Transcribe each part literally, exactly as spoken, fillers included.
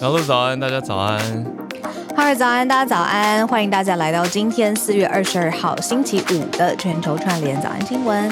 小鹿早安，大家早安。 哈尔早安，大家早安，欢迎大家来到今天四月二十二号星期五的全球串联早安新闻。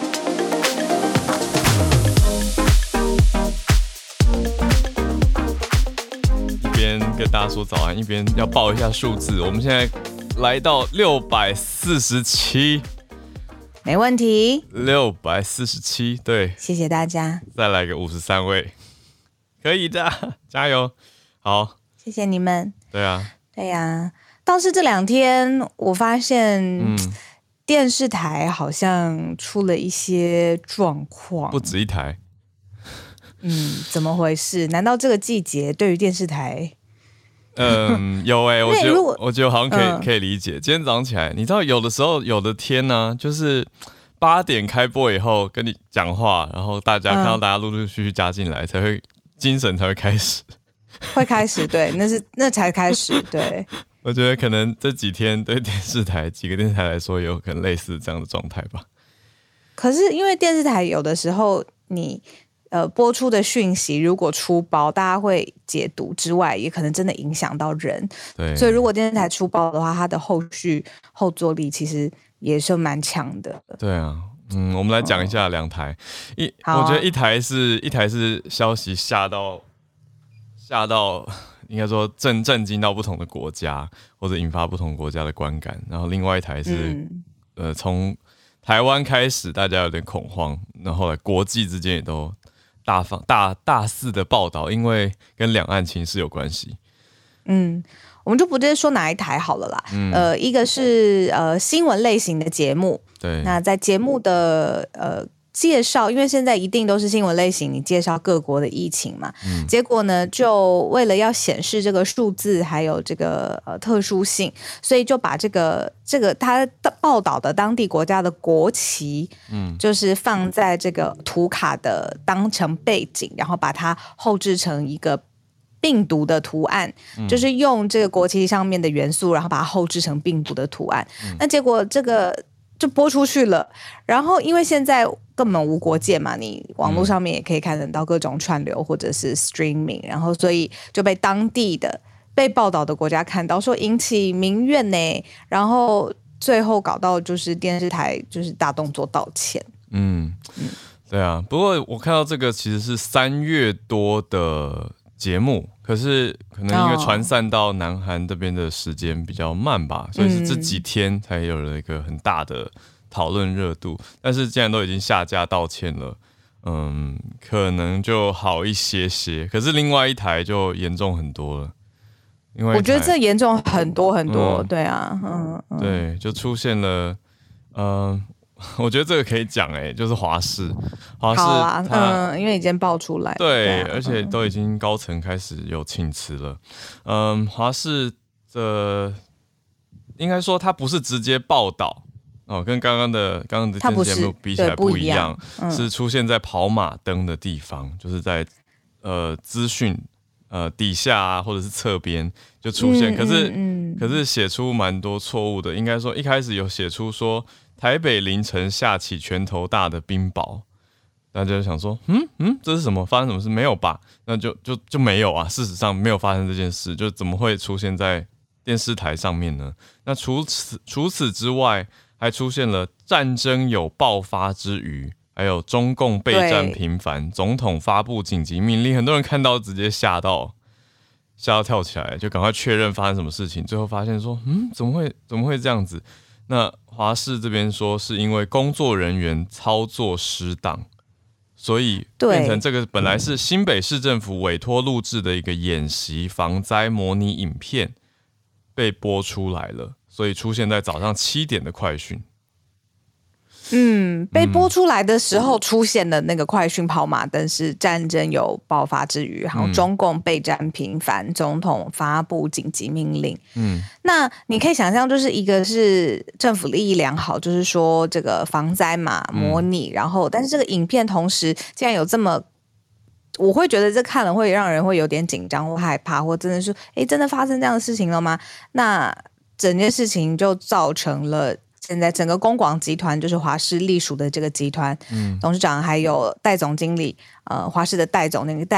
一边跟大家说早安，一边要报一下数字。我们现在来到六百四十七， 没问题。 六百四十七，对， 谢谢大家。 再来个五十三位，可以的，加油！好， 谢谢你们。 对啊， 对呀、啊，倒是这两天我发现， 嗯， 电视台好像出了一些状况， 不止一台。 嗯，怎么回事？难道这个季节对于电视台？ 嗯，有哎、欸，我觉得我觉得好像可以、 嗯、 可以理解。今天早上起来，你知道有的时候有的天呢、啊，就是八点开播以后跟你讲话，然后大家看到大家陆陆续续加进来，才会精神才会开始， 会开始对，那是那才开始对。 我觉得可能这几天对电视台几个电视台来说，有可能类似这样的状态吧。 可是因为电视台有的时候你。呃，播出的讯息如果出包，大家会解读之外，也可能真的影响到人。 对， 所以如果电视台出包的话，它的后续后坐力其实也是蛮强的。 对啊，嗯，我们来讲一下两台。一、 啊， 我觉得一台是一台是消息下到下到，应该说震震惊到不同的国家，或者引发不同国家的观感。然后另外一台是、嗯、呃，从台湾开始大家有点恐慌，然后后来国际之间也都。大方大大肆的报道，因为跟两岸情势有关系。 嗯，我们就不直接说哪一台好了啦。嗯、呃，一个是呃新闻类型的节目， 对， 那在节目的呃介绍，因为现在一定都是新闻类型，你介绍各国的疫情嘛。嗯、结果呢，就为了要显示这个数字还有这个呃特殊性，所以就把这个这个他报道的当地国家的国旗，嗯，就是放在这个图卡的当成背景，然后把它后制成一个病毒的图案，嗯、就是用这个国旗上面的元素，然后把它后制成病毒的图案。嗯、那结果这个就播出去了，然后因为现在根本无国界嘛，你网络上面也可以看得到各种串流或者是 streaming， 然后所以就被当地的被报道的国家看到，说引起民怨呢，然后最后搞到就是电视台就是大动作道歉。 嗯，嗯对啊，不过我看到这个其实是三月多的节目，可是可能因为传散到南韩这边的时间比较慢吧，哦、所以是这几天才有了一个很大的讨论热度。但是既然都已经下架道歉了，嗯，可能就好一些些。可是另外一台就严重很多了，因为我觉得这严重很多很多， 嗯、 对啊，嗯，嗯对，就出现了，嗯。我觉得这个可以讲哎、欸，就是华视，华视啊，嗯，因为已经爆出来了， 对， 对啊、 而且都已经高层开始有请辞了。嗯，华视的应该说它不是直接报道哦，跟刚刚的刚刚的电视节目比起来不一样， 嗯、 是出现在跑马灯的地方，就是在呃资讯呃底下啊，或者是侧边就出现，嗯、可是、嗯、可是写出蛮多错误的，应该说一开始有写出说。台北凌晨下起拳头大的冰雹，大家就想说，嗯嗯，这是什么？发生什么事？没有吧？那就就就没有啊。事实上没有发生这件事，就怎么会出现在电视台上面呢？那除此除此之外，还出现了战争有爆发之余，还有中共备战频繁，总统发布紧急命令，很多人看到直接吓到，吓到跳起来，就赶快确认发生什么事情。最后发现说，嗯，怎么会怎么会这样子？那华视这边说是因为工作人员操作失当，所以变成这个本来是新北市政府委托录制的一个演习防灾模拟影片被播出来了，所以出现在早上七点的快讯。 嗯，被播出来的时候出现的那个快讯跑马灯是战争有爆发之余，然后中共备战频繁，总统发布紧急命令。嗯，那你可以想象，就是一个是政府利益良好，就是说这个防灾嘛模拟，嗯、然后但是这个影片同时竟然有这么。我会觉得这看了会让人会有点紧张或害怕，或真的是哎，真的发生这样的事情了吗？那整件事情就造成了现在整个公广集团，就是华视隶属的这个集团，嗯、董事长还有代总经理，呃，华视的代总那个代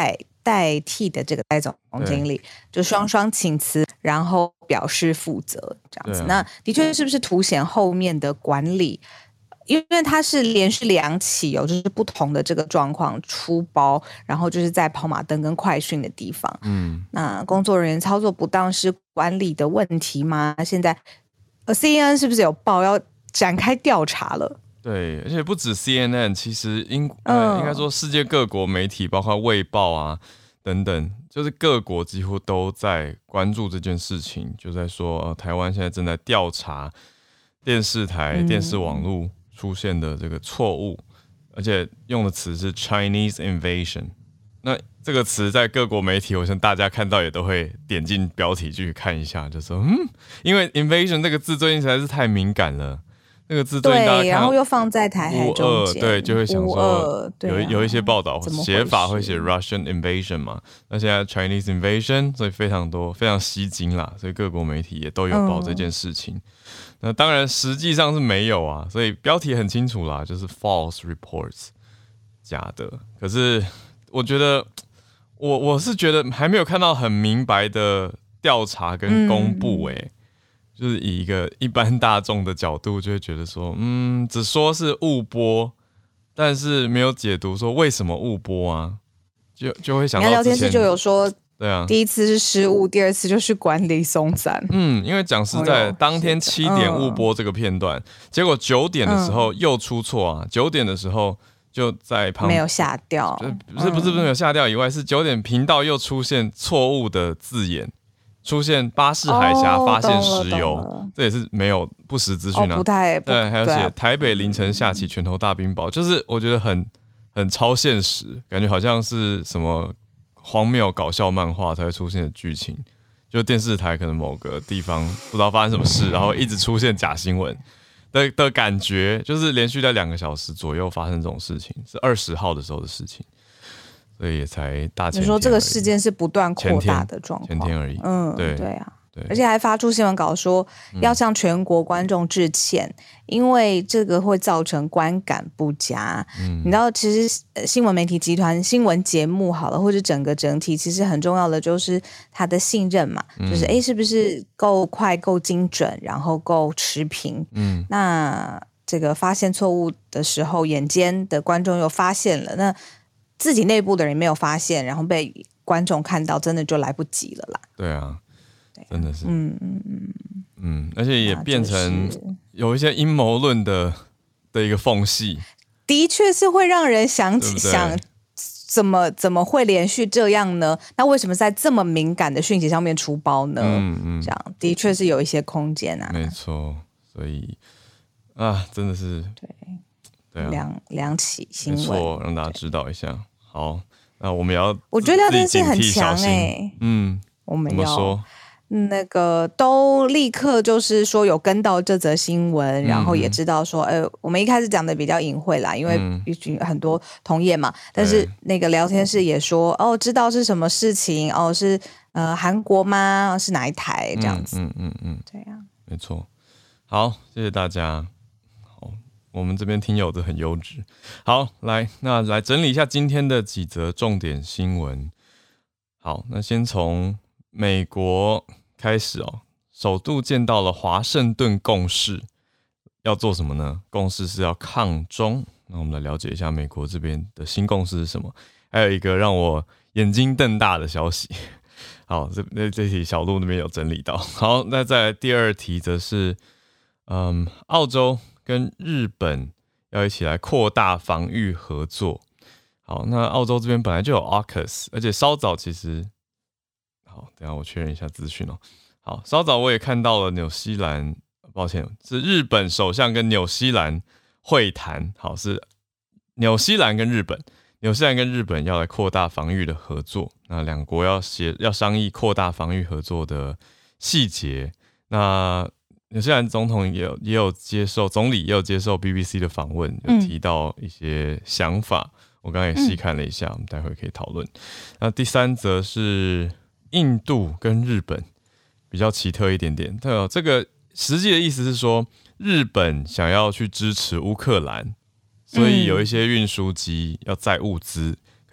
代替的这个代总经理就双双请辞，然后表示负责这样子。啊、那的确是不是凸显后面的管理？因为它是连续两起有就是不同的这个状况出包，然后就是在跑马灯跟快讯的地方，嗯，那工作人员操作不当是管理的问题吗？现在呃 C N N 是不是有报要展开调查了？ 对，而且不止 C N N， 其实英呃、嗯、应该说世界各国媒体，包括卫报啊等等，就是各国几乎都在关注这件事情，就在说、呃、台湾现在正在调查电视台、嗯、电视网络出现的这个错误，而且用的词是 Chinese invasion。那这个词在各国媒体，我相信大家看到也都会点进标题去看一下，就说嗯，因为 invasion 这个字最近实在是太敏感了。那个字最近大家看对，然后又放在台海中间， 对，就会想说有、啊、有一些报道写法会写 Russian invasion 嘛，那现在 Chinese invasion， 所以非常多非常吸睛啦，所以各国媒体也都有报这件事情。嗯、那当然实际上是没有啊，所以标题很清楚啦，就是 false reports， 假的。可是我觉得我我是觉得还没有看到很明白的调查跟公布诶、欸。嗯就是以一个一般大众的角度，就会觉得说，嗯，只说是误播，但是没有解读说为什么误播啊，就就会想到之前聊天室就有说， 对啊， 第一次是失误，第二次就是管理松散。 嗯，因为讲实在，当天七点误播这个片段，嗯、结果九点的时候又出错啊，九、嗯、点的时候就在旁没有下掉， 不是不是不是没有下掉以外，是九点频道又出现错误的字眼。出现巴士海峡发现石油，哦、这也是没有不实资讯啊、 哦。不太不对，还有写台北凌晨下起拳头大冰雹，就是我觉得很很超现实，感觉好像是什么荒谬搞笑漫画才会出现的剧情。就电视台可能某个地方不知道发生什么事，然后一直出现假新闻的的感觉，就是连续在两个小时左右发生这种事情，是二十号的时候的事情。所以也才大前天而已。你说这个事件是不断扩大的状况， 前天而已。 嗯， 对对啊，对，而且还发出新闻稿说要向全国观众致歉，嗯、因为这个会造成观感不佳。嗯，你知道，其实新闻媒体集团、新闻节目好了，或者整个整体，其实很重要的就是它的信任嘛，嗯、就是哎，是不是够快、够精准，然后够持平？嗯，那这个发现错误的时候，眼尖的观众又发现了，那自己内部的人没有发现，然后被观众看到，真的就来不及了啦。 对啊，真的是，嗯嗯嗯嗯，而且也变成有一些阴谋论的的一个缝隙， 的确是会让人想起对对想怎么怎么会连续这样呢？那为什么在这么敏感的讯息上面出包呢？嗯嗯，这样的确是有一些空间啊。 没错，所以啊，真的是对。 对啊， 两两起新闻， 没错，让大家知道一下。好，那我们也要， 我觉得聊天室很强哎、欸， 嗯， 我们要说那个都立刻就是说有跟到这则新闻，嗯、然后也知道说，哎、呃，我们一开始讲的比较隐晦啦，因为毕竟很多同业嘛，嗯、但是那个聊天室也说，哦，知道是什么事情，哦，是呃韩国吗？是哪一台这样子？ 嗯嗯嗯嗯， 对呀、啊， 没错。好，谢谢大家。我们这边听友都很优质。好，来，那来整理一下今天的几则重点新闻。好，那先从美国开始哦，首度见到了华盛顿共识，要做什么呢？共识是要抗中。那我们来了解一下美国这边的新共识是什么。还有一个让我眼睛瞪大的消息。好，这这这题小鹿那边有整理到。好，那再来第二题则是，嗯，澳洲跟日本要一起来扩大防御合作。好，那澳洲这边本来就有 A U K U S， 而且稍早其实，好，等一下我确认一下资讯哦。好，稍早我也看到了纽西兰，抱歉，是日本首相跟纽西兰会谈。好，是纽西兰跟日本，纽西兰跟日本要来扩大防御的合作。那两国要协要商议扩大防御合作的细节。那纽西兰总统也有也有接受，总理也有接受 B B C 的访问，有提到一些想法。嗯、我刚刚也细看了一下，我们待会可以讨论。那第三则是印度跟日本比较奇特一点点，对哦，这个实际的意思是说，日本想要去支持乌克兰，所以有一些运输机要载物资，可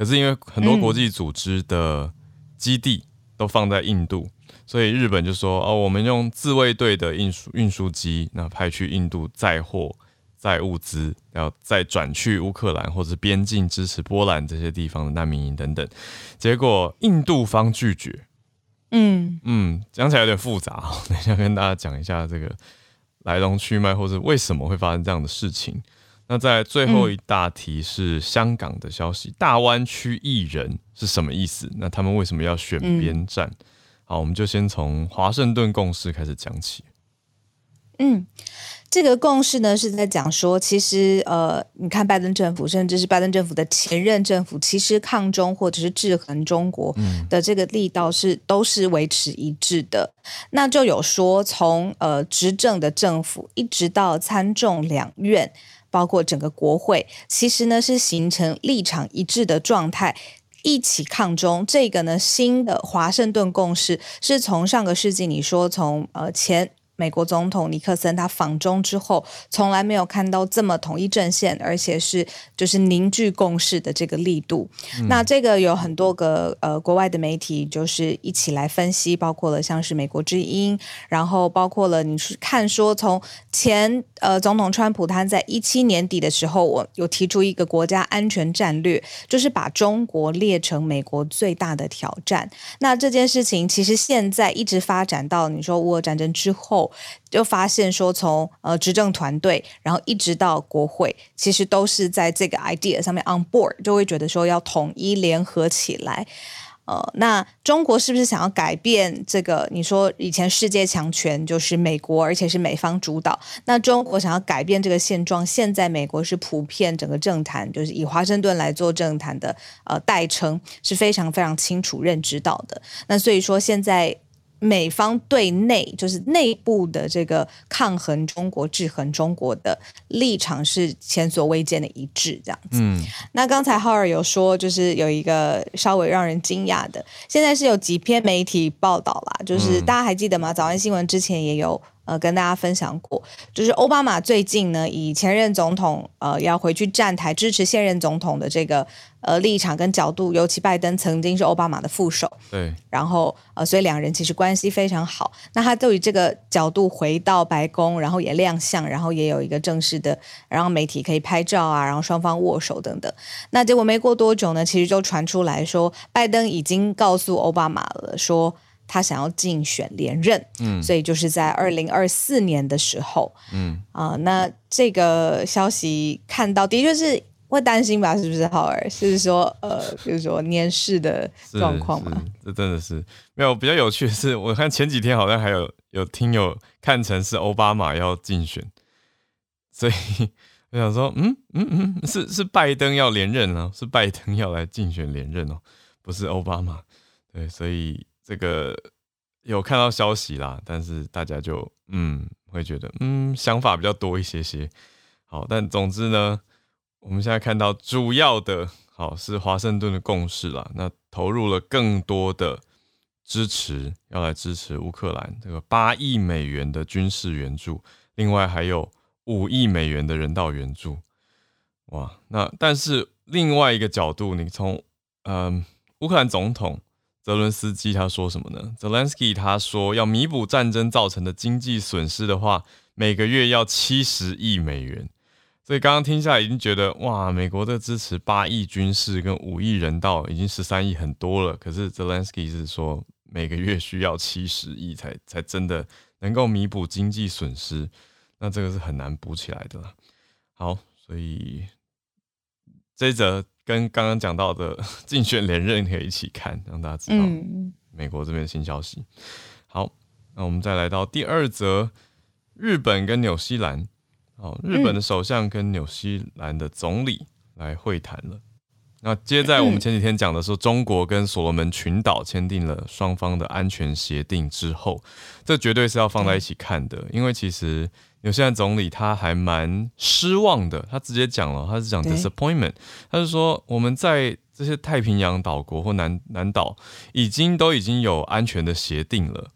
可是因为很多国际组织的基地都放在印度，嗯、所以日本就说哦，我们用自卫队的运输运输机，那派去印度载货、载物资，然后再转去乌克兰或者边境支持波兰这些地方的难民营等等。结果印度方拒绝。嗯嗯，讲起来有点复杂，等一下跟大家讲一下这个来龙去脉，或者为什么会发生这样的事情。那在最后一大题是香港的消息，嗯、大湾区艺人是什么意思？那他们为什么要选边站？嗯、好，我们就先从华盛顿共识开始讲起。 嗯。这个共识呢是在讲说，其实呃，你看拜登政府，甚至是拜登政府的前任政府，其实抗中或者是制衡中国的这个力道是、嗯、都是维持一致的。那就有说从呃执政的政府一直到参众两院，包括整个国会，其实呢是形成立场一致的状态。一起抗中，这个呢新的华盛顿共识是从上个世纪你说从呃前美国总统尼克森他访中之后，从来没有看到这么统一阵线，而且是就是凝聚共识的这个力度。嗯、那这个有很多个呃国外的媒体就是一起来分析，包括了像是美国之音，然后包括了你去看说从前呃总统川普他在一七年底的时候，我有提出一个国家安全战略，就是把中国列成美国最大的挑战。那这件事情其实现在一直发展到你说乌俄战争之后。就发现说从呃执政团队然后一直到国会其实都是在这个 idea 上面 on board， 就会觉得说要统一联合起来。呃，那中国是不是想要改变这个你说以前世界强权就是美国，而且是美方主导，那中国想要改变这个现状，现在美国是普遍整个政坛就是以华盛顿来做政坛的呃代称是非常非常清楚认知到的。那所以说现在美方对内就是内部的这个抗衡中国、制衡中国的立场是前所未见的一致，这样子。嗯、那刚才浩尔有说，就是有一个稍微让人惊讶的，现在是有几篇媒体报道啦，就是大家还记得吗？早安新闻之前也有。呃，跟大家分享过，就是奥巴马最近呢，以前任总统呃要回去站台支持现任总统的这个呃立场跟角度，尤其拜登曾经是奥巴马的副手， 对， 然后呃，所以两人其实关系非常好。那他都以这个角度回到白宫，然后也亮相，然后也有一个正式的，然后媒体可以拍照啊，然后双方握手等等。那结果没过多久呢，其实就传出来说，拜登已经告诉奥巴马了，说。他想要竞选连任，嗯，所以就是在二零二四年的时候，嗯啊、呃，那这个消息看到的确是会担心吧？是不是浩尔？是说呃，比如说年事的状况吗？ 这真的是没有比较有趣的是，我看前几天好像还有有听友看成是奥巴马要竞选，所以我想说，嗯嗯嗯，是是拜登要连任啊，是拜登要来竞选连任哦，不是奥巴马，对，所以。这个有看到消息啦，但是大家就嗯会觉得嗯想法比较多一些些。好，但总之呢，我们现在看到主要的好是华盛顿的共识啦，那投入了更多的支持，要来支持乌克兰这个八亿美元的军事援助，另外还有五亿美元的人道援助。哇，那但是另外一个角度，你从嗯乌克兰总统。泽伦斯基他说什么呢？泽连斯基他说，要弥补战争造成的经济损失的话，每个月要七十亿美元。所以刚刚听下来已经觉得，哇，美国的支持八亿军事跟五亿人道，已经十三亿很多了。可是泽连斯基是说，每个月需要七十亿才才真的能够弥补经济损失，那这个是很难补起来的啦。好，所以这一则。跟刚刚讲到的竞选连任可以一起看，让大家知道美国这边的新消息。好，那我们再来到第二则，日本跟纽西兰。好，日本的首相跟纽西兰的总理来会谈了。那接在我们前几天讲的说，中国跟所罗门群岛签订了双方的安全协定之后，这绝对是要放在一起看的，因为其实纽西兰总理他还蛮失望的，他直接讲了，他是讲 disappointment， 他是说我们在这些太平洋岛国或南南岛已经都已经有安全的协定了，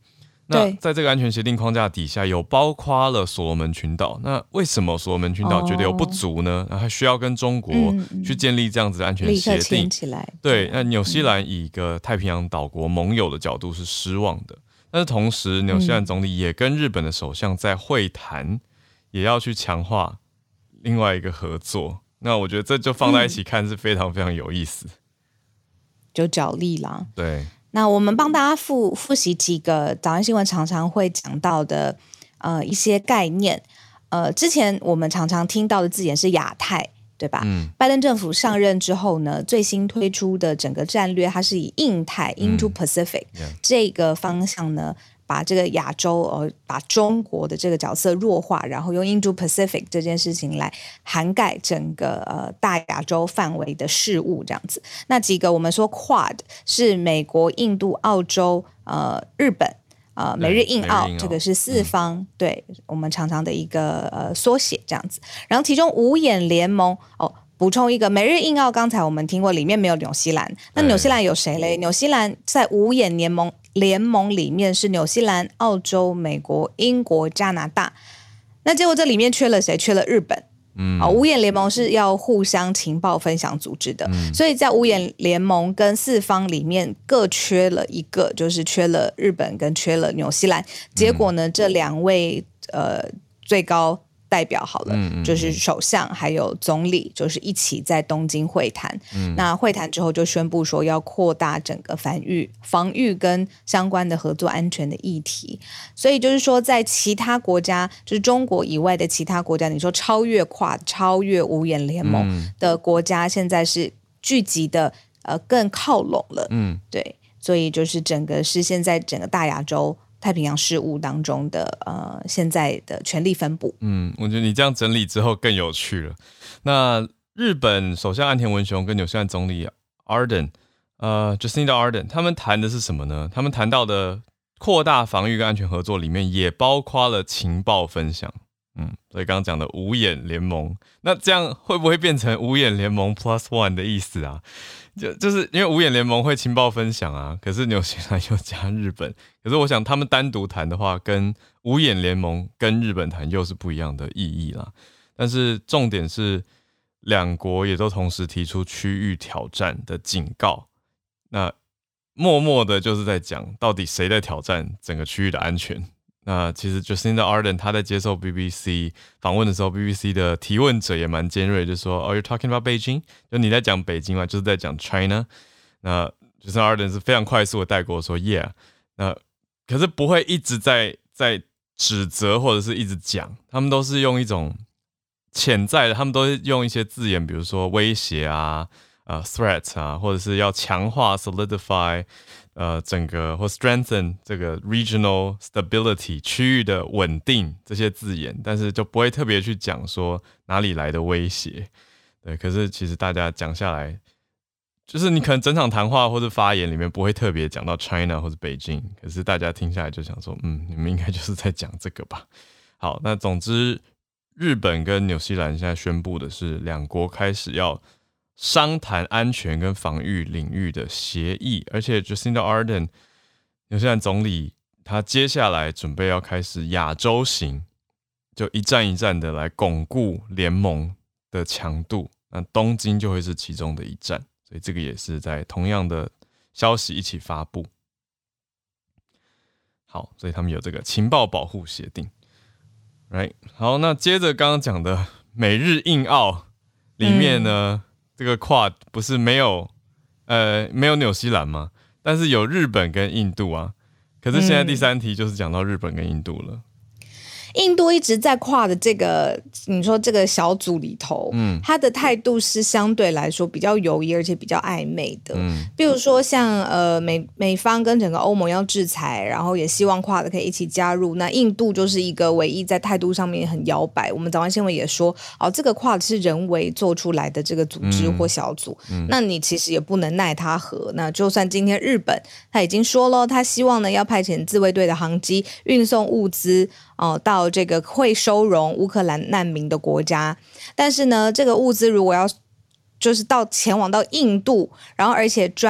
那在这个安全协定框架底下，有包括了所罗门群岛。那为什么所罗门群岛觉得有不足呢？然后还需要跟中国去建立这样子的安全协定， 立刻签起来。 对，那纽西兰以一个太平洋岛国盟友的角度是失望的，但是同时，纽西兰总理也跟日本的首相在会谈，也要去强化另外一个合作。那我觉得这就放在一起看是非常非常有意思， 就角力啦。 对。 那我们帮大家复复习几个早安新闻常常会讲到的呃一些概念。呃，之前我们常常听到的字眼是亚太，对吧？嗯，拜登政府上任之后呢，最新推出的整个战略，它是以印太 Indo Pacific、嗯、这个方向呢，把这个亚洲呃，把中国的这个角色弱化，然后用 Indo Pacific 这件事情来涵盖整个呃大亚洲范围的事务，这样子。那几个我们说 Quad 是美国、印度、澳洲、呃日本。呃，美日印澳这个是四方、嗯、对我们常常的一个呃缩写这样子。然后其中五眼联盟哦，补充一个，美日印澳刚才我们听过，里面没有纽西兰。那纽西兰有谁嘞？纽西兰在五眼联盟联盟里面是纽西兰、澳洲、美国、英国、加拿大。那结果这里面缺了谁？缺了日本。嗯，啊、哦，五眼联盟是要互相情报分享组织的，嗯、所以在五眼联盟跟四方里面各缺了一个，就是缺了日本跟缺了纽西兰。结果呢，这两位呃最高代表好了，嗯嗯、就是首相还有总理，就是一起在东京会谈。嗯、那会谈之后就宣布说要扩大整个防御、防御跟相关的合作安全的议题。所以就是说，在其他国家，就是中国以外的其他国家，你说超越跨、超越五眼联盟的国家，现在是聚集的呃更靠拢了。嗯，对，所以就是整个是现在整个大亚洲。太平洋事务当中的呃现在的权力分布。嗯， 我觉得你这样整理之后更有趣了。那日本首相岸田文雄跟纽西兰总理 Ardern 呃 Jacinda Ardern 他们谈的是什么呢？他们谈到的扩大防御跟安全合作里面也包括了情报分享。嗯，所以刚刚讲的五眼联盟，那这样会不会变成五眼联盟 plus one 的意思啊？就就是因为五眼联盟会情报分享啊，可是纽西兰又加日本，可是我想他们单独谈的话，跟五眼联盟跟日本谈又是不一样的意义啦。但是重点是两国也都同时提出区域挑战的警告，那默默的就是在讲到底谁在挑战整个区域的安全。那其实 Jacinda Ardern 他在接受 B B C 访问的时候 ，B B C 的提问者也蛮尖锐，就说 "Are you talking about Beijing？" 就你在讲北京吗？就是在讲 China。那 Jacinda Ardern 是非常快速的带过说 "Yeah"， 那可是不会一直在在指责或者是一直讲，他们都是用一种潜在的，他们都是用一些字眼，比如说威胁啊、呃 threat 啊，或者是要强化 solidify。呃，整个或 strengthen 这个 regional stability 区域的稳定这些字眼，但是就不会特别去讲说哪里来的威胁。对，可是其实大家讲下来，就是你可能整场谈话或者发言里面不会特别讲到 China 或者北京，可是大家听下来就想说，嗯，你们应该就是在讲这个吧。好，那总之，日本跟纽西兰现在宣布的是，两国开始要商谈安全跟防御领域的协议，而且 Jacinda Ardern 纽西兰总理他接下来准备要开始亚洲行，就一站一站的来巩固联盟的强度，那东京就会是其中的一站，所以这个也是在同样的消息一起发布。好，所以他们有这个情报保护协定 ，right？ 好，那接着刚刚讲的美日印澳里面呢？嗯这个 Quad 不是没有呃没有纽西兰吗？但是有日本跟印度啊。可是现在第三题就是讲到日本跟印度了。 印度一直在跨的这个你说这个小组里头，嗯，他的态度是相对来说比较犹豫而且比较暧昧的。嗯，比如说像呃美美方跟整个欧盟要制裁，然后也希望跨的可以一起加入。那印度就是一个唯一在态度上面很摇摆。我们早安新闻也说，哦，这个跨的是人为做出来的这个组织或小组，嗯嗯、那你其实也不能奈他何。那就算今天日本他已经说了，他希望呢要派遣自卫队的航机运送物资。哦，到这个会收容乌克兰难民的国家，但是呢，这个物资如果要就是到前往到印度，然后而且专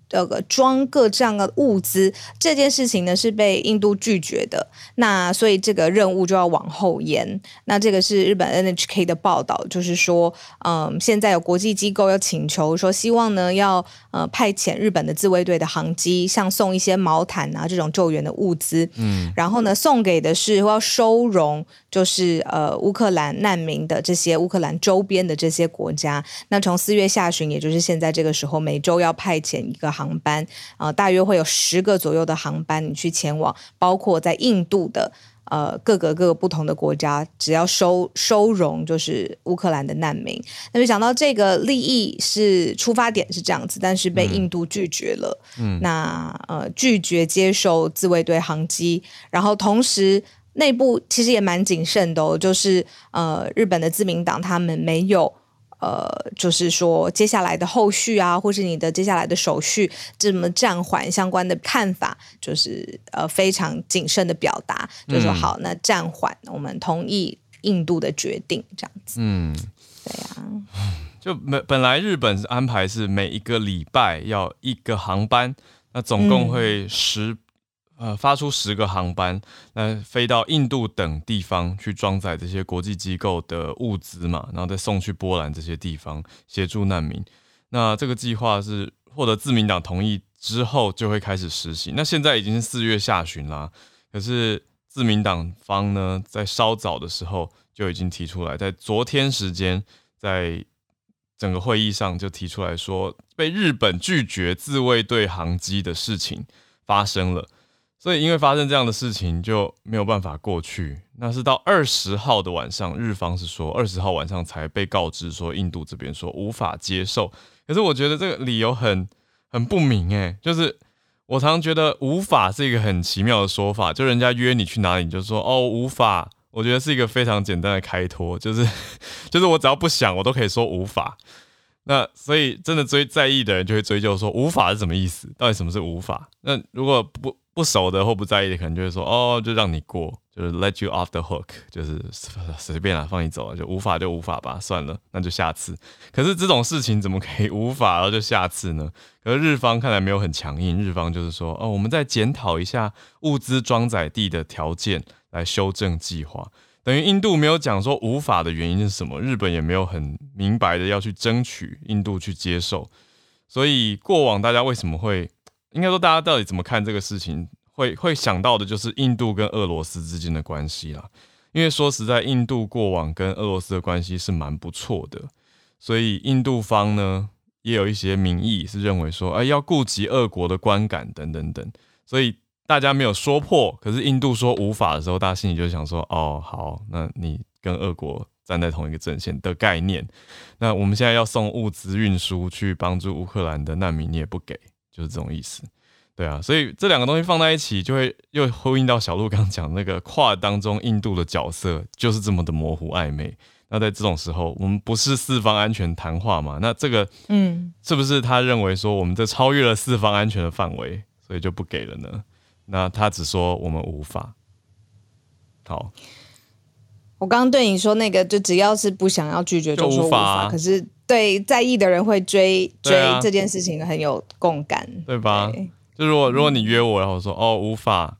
这个装各这样的物资，这件事情呢是被印度拒绝的，那所以这个任务就要往后延。那这个是日本 N H K 的报道，就是说，嗯，现在有国际机构要请求说，希望呢要呃派遣日本的自卫队的航机，像送一些毛毯啊这种救援的物资，嗯，然后呢送给的是要收容，就是呃乌克兰难民的这些乌克兰周边的这些国家。那从四月下旬，也就是现在这个时候，每周要派遣一个航班，呃，大约会有十个左右的航班你去前往，包括在印度的呃各个各个不同的国家，只要收收容就是乌克兰的难民。那就讲到这个利益是出发点是这样子，但是被印度拒绝了。嗯，那呃拒绝接受自卫队航机，然后同时内部其实也蛮谨慎的哦，就是呃日本的自民党他们没有。呃，就是说接下来的后续啊，或是你的接下来的手续这么暂缓相关的看法，就是呃非常谨慎的表达，就说好，那暂缓，我们同意印度的决定，这样子。嗯，对啊， 就本来日本安排是每一个礼拜要一个航班，那总共会十、嗯。呃，发出十个航班，那飞到印度等地方去装载这些国际机构的物资嘛，然后再送去波兰这些地方协助难民。那这个计划是获得自民党同意之后就会开始实行。那现在已经是四月下旬啦，可是自民党方呢，在稍早的时候就已经提出来，在昨天时间，在整个会议上就提出来说，被日本拒绝自卫队航机的事情发生了。所以因为发生这样的事情就没有办法过去，那是到二十号的晚上，日方是说二十号晚上才被告知说印度这边说无法接受。可是我觉得这个理由很很不明欸，就是我常常觉得无法是一个很奇妙的说法，就人家约你去哪里你就说哦无法，我觉得是一个非常简单的开脱，就是就是我只要不想我都可以说无法。那所以真的追在意的人就会追究说无法是什么意思，到底什么是无法？那如果不不熟的或不在意的，可能就会说哦，就让你过，就是 let you off the hook， 就是随便啦，放你走，就无法就无法吧，算了，那就下次。可是这种事情怎么可以无法然后就下次呢？可是日方看来没有很强硬，日方就是说哦，我们再检讨一下物资装载地的条件，来修正计划。等于印度没有讲说无法的原因是什么，日本也没有很明白的要去争取印度去接受。所以过往大家为什么会？应该说，大家到底怎么看这个事情？会会想到的就是印度跟俄罗斯之间的关系啦。因为说实在，印度过往跟俄罗斯的关系是蛮不错的，所以印度方呢也有一些民意是认为说，哎，要顾及俄国的观感等等等。所以大家没有说破，可是印度说无法的时候，大家心里就想说，哦，好，那你跟俄国站在同一个阵线的概念。那我们现在要送物资运输去帮助乌克兰的难民，你也不给。就是这种意思，对啊，所以这两个东西放在一起，就会又呼应到小鹿刚讲那个跨当中印度的角色就是这么的模糊暧昧。那在这种时候，我们不是四方安全谈话嘛？那这个，嗯，是不是他认为说我们这超越了四方安全的范围，所以就不给了呢？那他只说我们无法。好， 我刚刚对你说那个，就只要是不想要拒绝就说无法，啊、可是。对在意的人会追追、啊、这件事情很有共感， 对吧？对就如果如果你约我，然后说哦无法，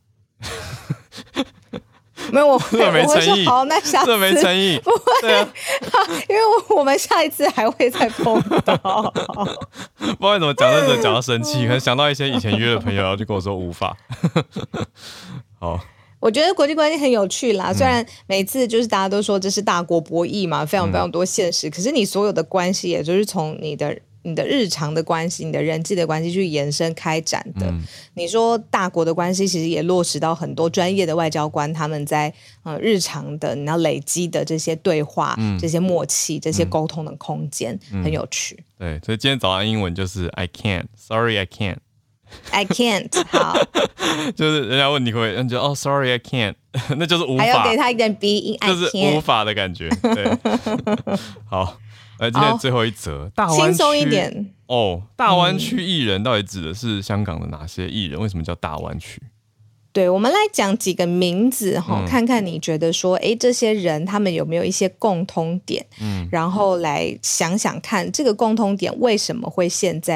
没有我这没诚意，好，那下次这没诚意， 不会，对啊、因为我们下一次还会再碰到。 不知道为什么讲着讲讲到生气，可能想到一些以前约的朋友，然后就跟我说无法。好。 我觉得国际关系很有趣啦，虽然每次就是大家都说这是大国博弈嘛，非常非常多现实，可是你所有的关系也就是从你的你的日常的关系、你的人际的关系去延伸开展的。嗯、你说大国的关系其实也落实到很多专业的外交官他们在呃日常的你要累积的这些对话、嗯、这些默契、这些沟通的空间，嗯、很有趣。 对，所以今天早安英文就是 I can't, sorry I can't。I can't 好， 就是人家问你会，你就哦 ，sorry I can't， 那就是无法， 还要给他一点鼻音， 就是无法的感觉。对，好，来今天最后一则，大湾区轻松一点哦。大湾区艺人到底指的是香港的哪些艺人？为什么叫大湾区？ 对，我们来讲几个名字哈，嗯、看看你觉得说，哎，这些人他们有没有一些共通点？嗯，然后来想想看，这个共通点为什么会现在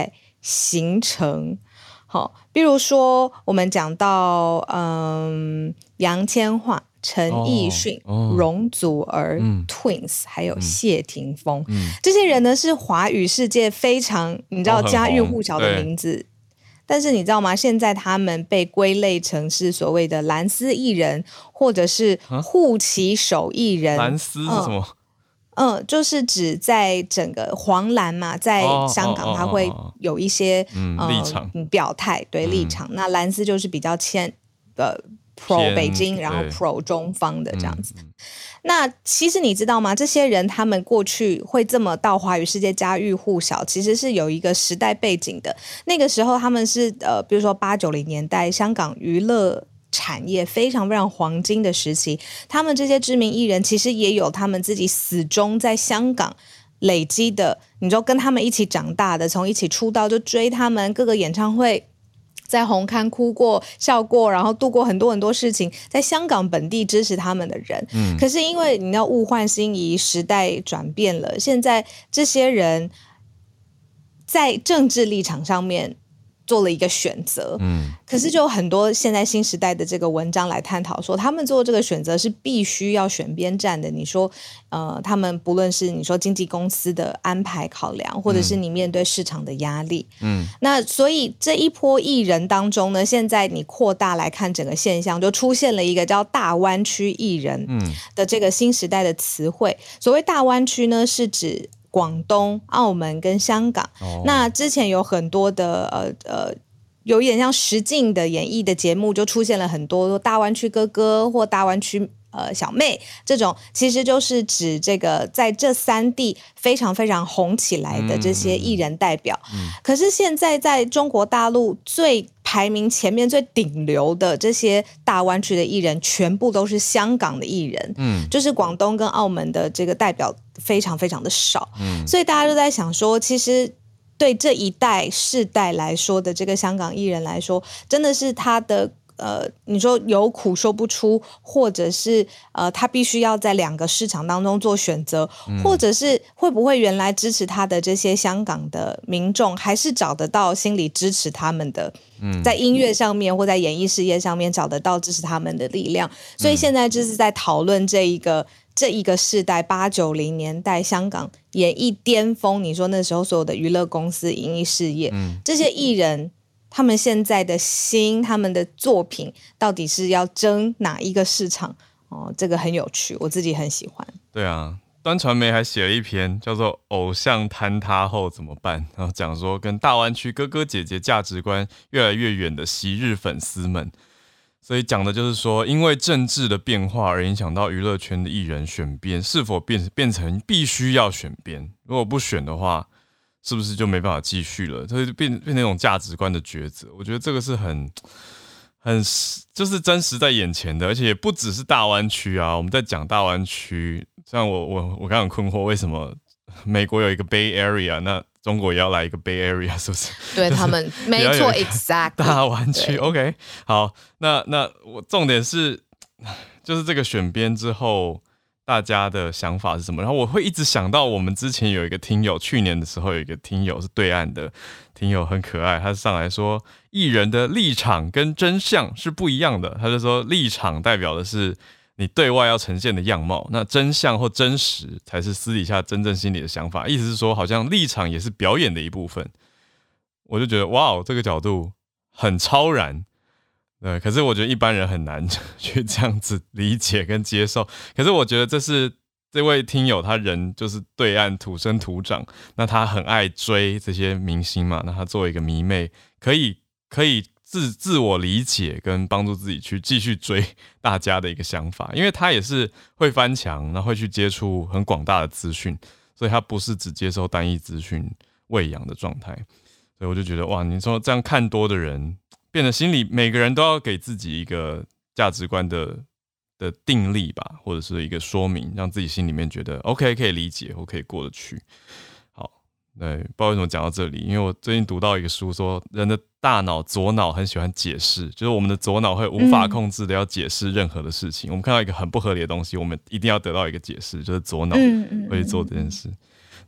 形成。好，比如说我们讲到嗯杨千嬅、陈奕迅、哦哦、容祖儿、嗯、Twins 还有谢霆锋、嗯、这些人呢是华语世界非常你知道家喻户晓的名字、哦、但是你知道吗，现在他们被归类成是所谓的蓝丝艺人或者是护旗手艺人。 蓝丝是什么？嗯嗯，就是指在整个黄蓝嘛，在香港它会有一些、哦嗯呃、立场表态，对、嗯、立场。那蓝丝就是比较偏呃 pro 北京，然后 pro 中方的这样子。嗯、那其实你知道吗？这些人他们过去会这么到华语世界家喻户晓，其实是有一个时代背景的。那个时候他们是呃，比如说八九零年代香港娱乐产业非常非常黄金的时期，他们这些知名艺人其实也有他们自己死忠在香港累积的，你就跟他们一起长大的，从一起出道就追他们各个演唱会，在红磡哭过笑过，然后度过很多很多事情，在香港本地支持他们的人、嗯、可是因为你要物换星移，时代转变了，现在这些人在政治立场上面做了一个选择，嗯，可是就有很多现在新时代的这个文章来探讨说，他们做这个选择是必须要选边站的。你说，呃，他们不论是你说经纪公司的安排考量，或者是你面对市场的压力，嗯，那所以这一波艺人当中呢，现在你扩大来看整个现象，就出现了一个叫大湾区艺人的这个新时代的词汇。所谓大湾区呢，是指广东、澳门跟香港、哦、那之前有很多的呃呃，有一点像实境的演艺的节目，就出现了很多大湾区哥哥或大湾区呃小妹，这种其实就是指这个在这三地非常非常红起来的这些艺人代表、嗯嗯、可是现在在中国大陆最排名前面最顶流的这些大湾区的艺人全部都是香港的艺人、嗯、就是广东跟澳门的这个代表非常非常的少、嗯、所以大家就在想说，其实对这一代世代来说的这个香港艺人来说，真的是他的呃，你说有苦说不出，或者是呃，他必须要在两个市场当中做选择、嗯、或者是会不会原来支持他的这些香港的民众还是找得到心里支持他们的、嗯、在音乐上面或在演艺事业上面找得到支持他们的力量，所以现在就是在讨论这一个这一个世代八九零年代香港演艺巅峰，你说那时候所有的娱乐公司演艺事业、嗯、这些艺人他们现在的心，他们的作品到底是要争哪一个市场、哦、这个很有趣，我自己很喜欢。 对啊，端传媒还写了一篇叫做《偶像坍塌后怎么办》，然后讲说跟大湾区哥哥姐姐价值观越来越远的昔日粉丝们，所以讲的就是说，因为政治的变化而影响到娱乐圈的艺人选边是否 变, 变成必须要选边，如果不选的话是不是就没办法继续了？它就变变成那种价值观的抉择。我觉得这个是很很就是真实在眼前的，而且也不只是大湾区啊。我们在讲大湾区，像我我我刚刚很困惑，为什么美国有一个 Bay Area， 那中国也要来一个 Bay Area， 是不是？ 对、就是、他们没错 ，exactly 大湾区。OK， 好，那那我重点是就是这个选边之后，大家的想法是什么？然后我会一直想到我们之前有一个听友，去年的时候有一个听友是对岸的听友，很可爱，他上来说艺人的立场跟真相是不一样的。他就说立场代表的是你对外要呈现的样貌，那真相或真实才是私底下真正心里的想法。意思是说，好像立场也是表演的一部分。我就觉得哇，这个角度很超然。对，可是我觉得一般人很难去这样子理解跟接受。可是我觉得这是这位听友他人就是对岸土生土长，那他很爱追这些明星嘛，那他作为一个迷妹，可以可以自自我理解跟帮助自己去继续追大家的一个想法，因为他也是会翻墙，然后会去接触很广大的资讯，所以他不是只接受单一资讯喂养的状态。所以我就觉得哇，你说这样看多的人，变得心里每个人都要给自己一个价值观的的定力吧，或者是一个说明，让自己心里面觉得 OK 可以理解，我可以过得去。好，对，不知道为什么讲到这里，因为我最近读到一个书说，人的大脑左脑很喜欢解释，就是我们的左脑会无法控制的要解释任何的事情。嗯、我们看到一个很不合理的东西，我们一定要得到一个解释，就是左脑会去做这件事。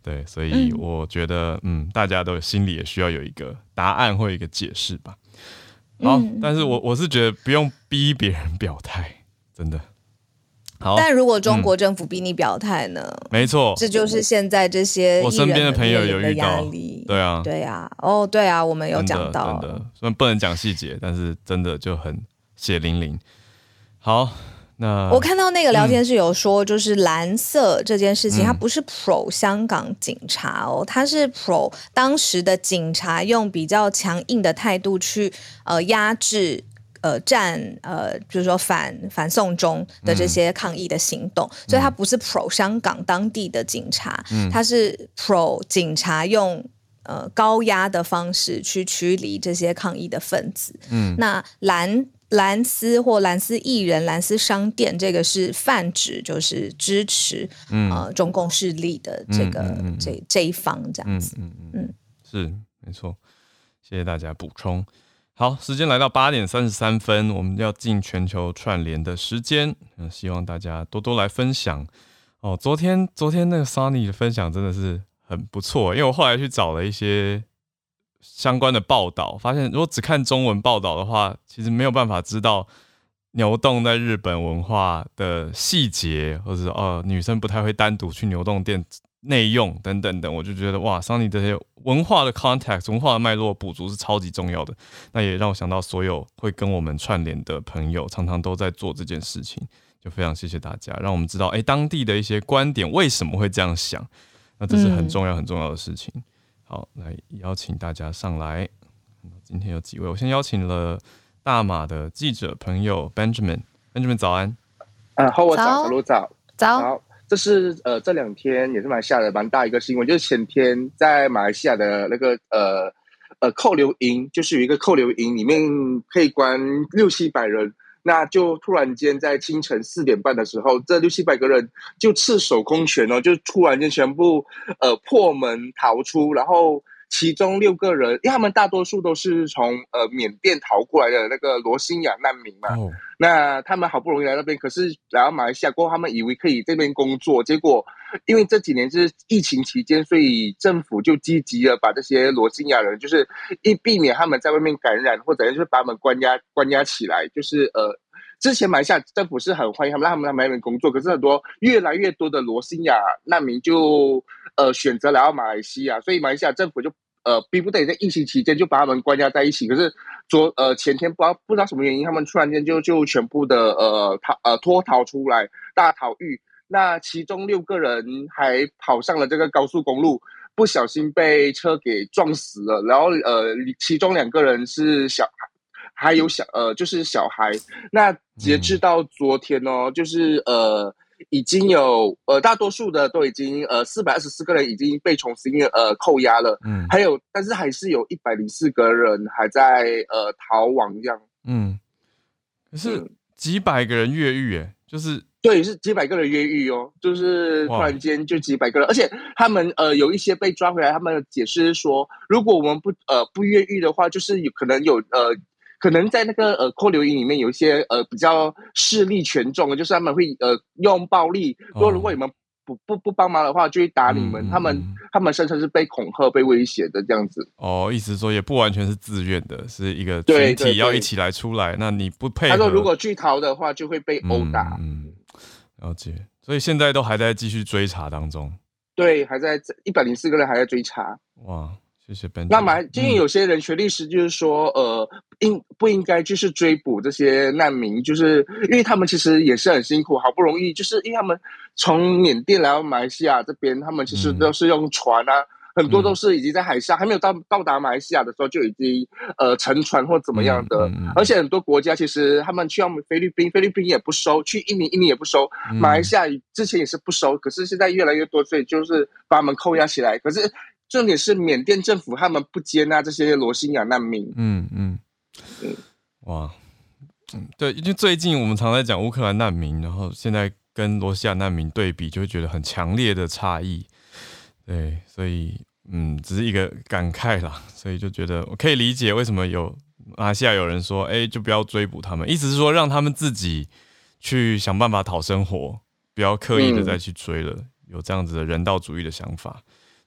对，所以我觉得，嗯，嗯大家都心里也需要有一个答案或一个解释吧。好，嗯、但是我我是觉得不用逼别人表态，真的。好， 但如果中国政府逼你表态呢？ 嗯、没错， 这就是现在这些我身边的朋友有遇到，对啊， 对啊，哦，对啊，我们有讲到， 真的，虽然不能讲细节，但是真的就很血淋淋。好。那我看到那个聊天室有说，就是蓝色这件事情，嗯、它不是 pro 香港警察哦，它是 pro 当时的警察用比较强硬的态度去呃压制呃战呃，比如说反反送中的这些抗议的行动，嗯、所以它不是 pro 香港当地的警察，嗯、它是 pro 警察用呃高压的方式去驱离这些抗议的分子。嗯，那蓝。蓝丝或蓝丝艺人、蓝丝商店，这个是泛指，就是支持、嗯、呃中共势力的这个、嗯嗯嗯、这这一方这样子。嗯嗯嗯， 是没错，谢谢大家补充。好，时间来到八点三十三分，我们要进全球串联的时间，嗯，希望大家多多来分享。哦，昨天昨天那个 Sunny 的分享真的是很不错，因为我后来去找了一些相关的报道，发现如果只看中文报道的话，其实没有办法知道牛洞在日本文化的细节，或者是哦女生不太会单独去牛洞店内用等等等，我就觉得哇 ，Sunny 这些文化的 context、文化的脉络补足是超级重要的。那也让我想到所有会跟我们串联的朋友，常常都在做这件事情，就非常谢谢大家，让我们知道哎当地的一些观点为什么会这样想，那这是很重要很重要的事情。嗯好，来邀请大家上来。今天有几位？我先邀请了大马的记者朋友 Benjamin。Benjamin 早安。 啊，好，我早，小鹿早。 早。 好，这是呃这两天也是马来西亚的蛮大一个新闻，就是前天在马来西亚的那个呃呃扣留营，就是有一个扣留营，里面可以关六七百人。那就突然间在清晨四点半的时候，这六七百个人就赤手空拳哦，就突然间全部呃破门逃出，然后其中六个人，因为他们大多数都是从呃缅甸逃过来的那个罗兴亚难民嘛，哦、那他们好不容易来那边，可是来到马来西亚过后，他们以为可以这边工作，结果因为这几年是疫情期间，所以政府就积极的把这些罗兴亚人，就是一避免他们在外面感染或者就是把他们关押关押起来，就是呃。之前马来西亚政府是很欢迎他们，让他们来那边工作，可是很多越来越多的罗兴亚难民就呃选择来到马来西亚，所以马来西亚政府就呃逼不得已在疫情期间就把他们关押在一起。可是昨呃前天不知道不知道什么原因，他们突然间就就全部的呃逃呃脱逃出来，大逃狱。那其中六个人还跑上了这个高速公路，不小心被车给撞死了，然后呃其中两个人是小孩。还有小呃，就是小孩。那截至到昨天哦，就是呃，已经有呃，大多数的都已经呃，四百二十四个人已经被重新呃扣押了。嗯，还有，但是还是有一百零四个人还在呃逃亡这样。 嗯，可是几百个人越狱，哎，就是对，是几百个人越狱哦，就是突然间就几百个人，而且他们呃有一些被抓回来，他们解释说，如果我们不呃不越狱的话，就是有可能有呃。可能在那个呃扣留营里面有一些呃比较势力权重的，就是他们会呃用暴力，说如果你们不不不帮忙的话，就会打你们。嗯、他们他们声称是被恐吓、被威胁的这样子。 哦，意思说也不完全是自愿的，是一个群体要一起来出来。那你不配合， 他说如果拒逃的话，就会被殴打。 嗯，嗯了解。所以现在都还在继续追查当中。 对，还在一百零四个人还在追查。 哇。谢谢 Ben。 那么，今天有些人权律师就是说，呃，应不应该就是追捕这些难民，就是因为他们其实也是很辛苦，好不容易，就是因为他们从缅甸来到马来西亚这边，他们其实都是用船啊，嗯、很多都是已经在海上，还没有到到达马来西亚的时候就已经呃沉船或怎么样的，嗯嗯嗯、而且很多国家其实他们去到菲律宾，菲律宾也不收，去印尼，印尼也不收，嗯、马来西亚之前也是不收，可是现在越来越多，所以就是把他们扣押起来，可是。重点是缅甸政府他们不接纳这些罗兴亚难民。 嗯嗯嗯，哇，嗯，对，因为最近我们常在讲乌克兰难民，然后现在跟罗兴亚难民对比，就会觉得很强烈的差异。对，所以嗯，只是一个感慨啦，所以就觉得我可以理解为什么有马来西亚有人说，哎、欸，就不要追捕他们，意思是说让他们自己去想办法讨生活，不要刻意的再去追了，嗯、有这样子的人道主义的想法。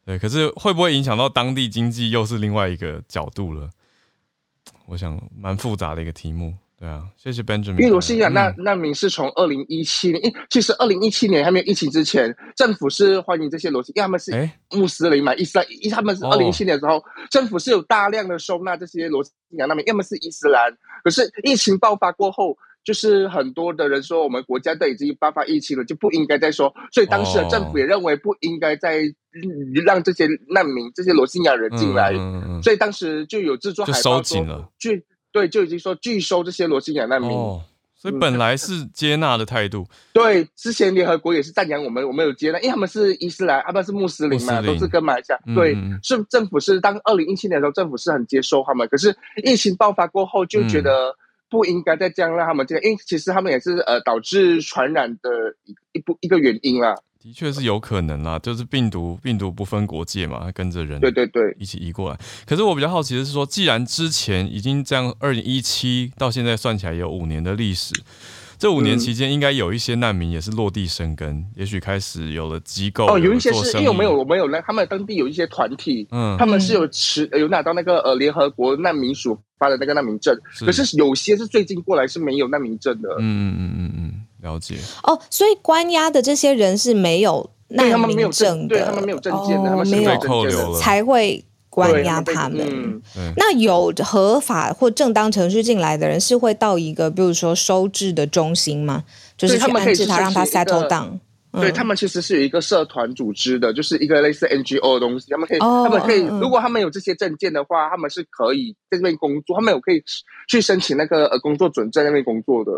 对，可是会不会影响到当地经济，又是另外一个角度了。我想蛮复杂的一个题目。对啊，谢谢 Benjamin。 因为罗兴亚难难民是从二零一七年，其实二零一七年还没有疫情之前，政府是欢迎这些罗兴，因为他们是穆斯林嘛，伊斯兰，他们是二零一七年的时候，政府是有大量的收纳这些罗兴亚难民，要么是伊斯兰，可是疫情爆发过后，就是很多的人说我们国家都已经爆发疫情了，就不应该再说，所以当时的政府也认为不应该再让这些难民、这些罗兴亚人进来，嗯嗯嗯，所以当时就有制作海报说，就收紧了，去对，就已经说拒收这些罗兴亚难民。 哦，所以本来是接纳的态度。 嗯、对，之前联合国也是赞扬我们，我们有接纳，因为他们是伊斯兰，他们是穆斯林嘛，林都是跟马来西亚。嗯、对，是政府是当二零一七年的时候，政府是很接受他们，可是疫情爆发过后，就觉得不应该再这样让他们这样，嗯、因为其实他们也是呃导致传染的一一一个原因啦。 的确是有可能啦，就是病毒病毒不分国界嘛，它跟着人对对对一起移过来。可是我比较好奇的是说，既然之前已经这样，二零一七到现在算起来有五年的历史，这五年期间应该有一些难民也是落地生根，嗯、也许开始有了机构哦，有一些是因为我们有我们有他们当地有一些团体，嗯，他们是有持有拿到那个呃联合国难民署发的那个难民证，是可是有些是最近过来是没有难民证的。 嗯嗯嗯嗯嗯，了解。 哦，所以关押的这些人是没有难民证的， 对他们没有证件的，他们是没有扣留了才会关押他们。嗯、那有合法或正当程序进来的人是会到一个比如说收治的中心吗？就是去安置他，让他 settle down。 对、嗯、他们其实是有一个社团组织的，就是一个类似 N G O 的东西，他们可以，哦、他们可以，嗯、如果他们有这些证件的话，他们是可以在这边工作，他们有可以去申请那个呃工作准证那边工作的。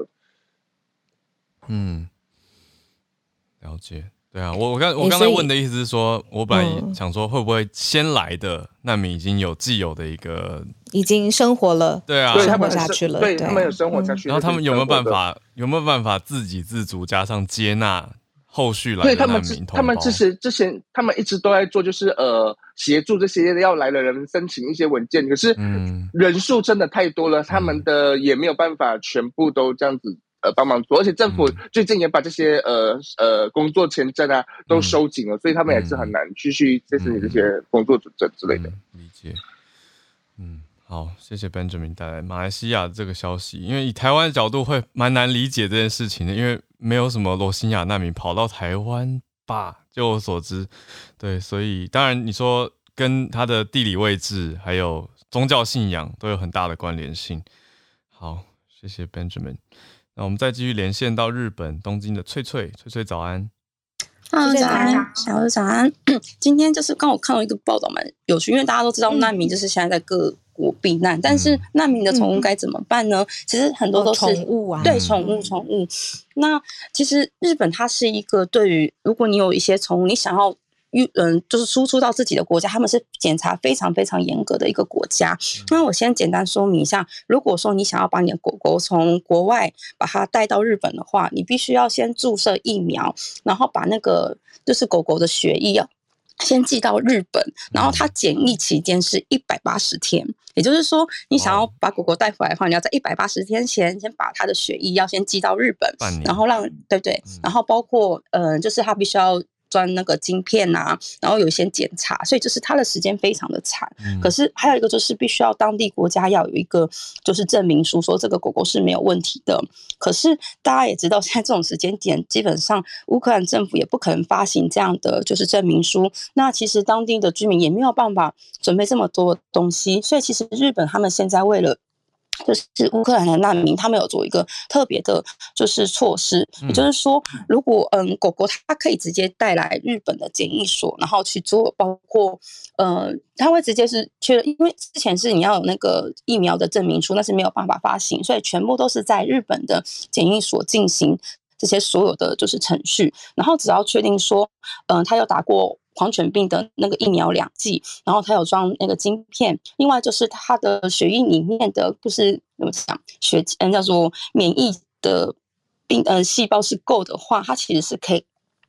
嗯，了解。对啊，我我刚我刚才问的意思是说，我本来想说会不会先来的难民已经有既有的一个已经生活了， 对啊， 生活下去了， 对，他们有生活下去， 然后他们有没有办法有没有办法自给自足，加上接纳后续来的难民同胞？ 他们之前之前他们一直都在做，就是呃协助这些要来的人申请一些文件，可是人数真的太多了，嗯、他们的也没有办法全部都这样子。呃，帮忙做，而且政府最近也把这些呃呃工作签证啊都收紧了，嗯、所以他们也是很难继续这是你这些工作准证之类的。 嗯嗯、理解。嗯，好，谢谢 Benjamin 带来马来西亚的这个消息，因为以台湾的角度会蛮难理解这件事情的，因为没有什么罗兴亚难民跑到台湾吧，就我所知，对，所以当然你说跟他的地理位置还有宗教信仰都有很大的关联性。好，谢谢 Benjamin。那我们再继续连线到日本东京的翠翠，翠翠早安。 Hello， 早安，小日早安。今天就是刚我看到一个报道蛮有趣，因为大家都知道难民就是现在在各国避难，嗯、但是难民的宠物该怎么办呢？嗯、其实很多都是宠、 哦、物啊， 对，宠物，宠物。那其实日本它是一个对于如果你有一些宠物，你想要。嗯，就是输出到自己的国家，他们是检查非常非常严格的一个国家。那我先简单说明一下，如果说你想要把你的狗狗从国外把它带到日本的话，你必须要先注射疫苗，然后把那个就是狗狗的血液要先寄到日本，然后它检疫期间是一百八十天。也就是说，你想要把狗狗带回来的话，你要在一百八十天前先把它的血液要先寄到日本，然后让对不对？然后包括呃，就是它必须要。装那个晶片啊，然后有一些检查，所以就是它的时间非常的长。嗯、可是还有一个就是必须要当地国家要有一个就是证明书，说这个狗狗是没有问题的。可是大家也知道，现在这种时间点，基本上乌克兰政府也不可能发行这样的就是证明书。那其实当地的居民也没有办法准备这么多东西，所以其实日本他们现在为了。就是乌克兰的难民，他们有做一个特别的，就是措施，嗯、也就是说，如果嗯狗狗它可以直接带来日本的检疫所，然后去做，包括呃，它会直接是确认，因为之前是你要有那个疫苗的证明书，那是没有办法发行，所以全部都是在日本的检疫所进行这些所有的就是程序，然后只要确定说，嗯、呃，他有打过。狂犬病的那个疫苗两剂，然后他有装那个晶片，另外就是他的血液里面的就是怎么讲血嗯叫做免疫的病呃细胞是够的话，它其实是可以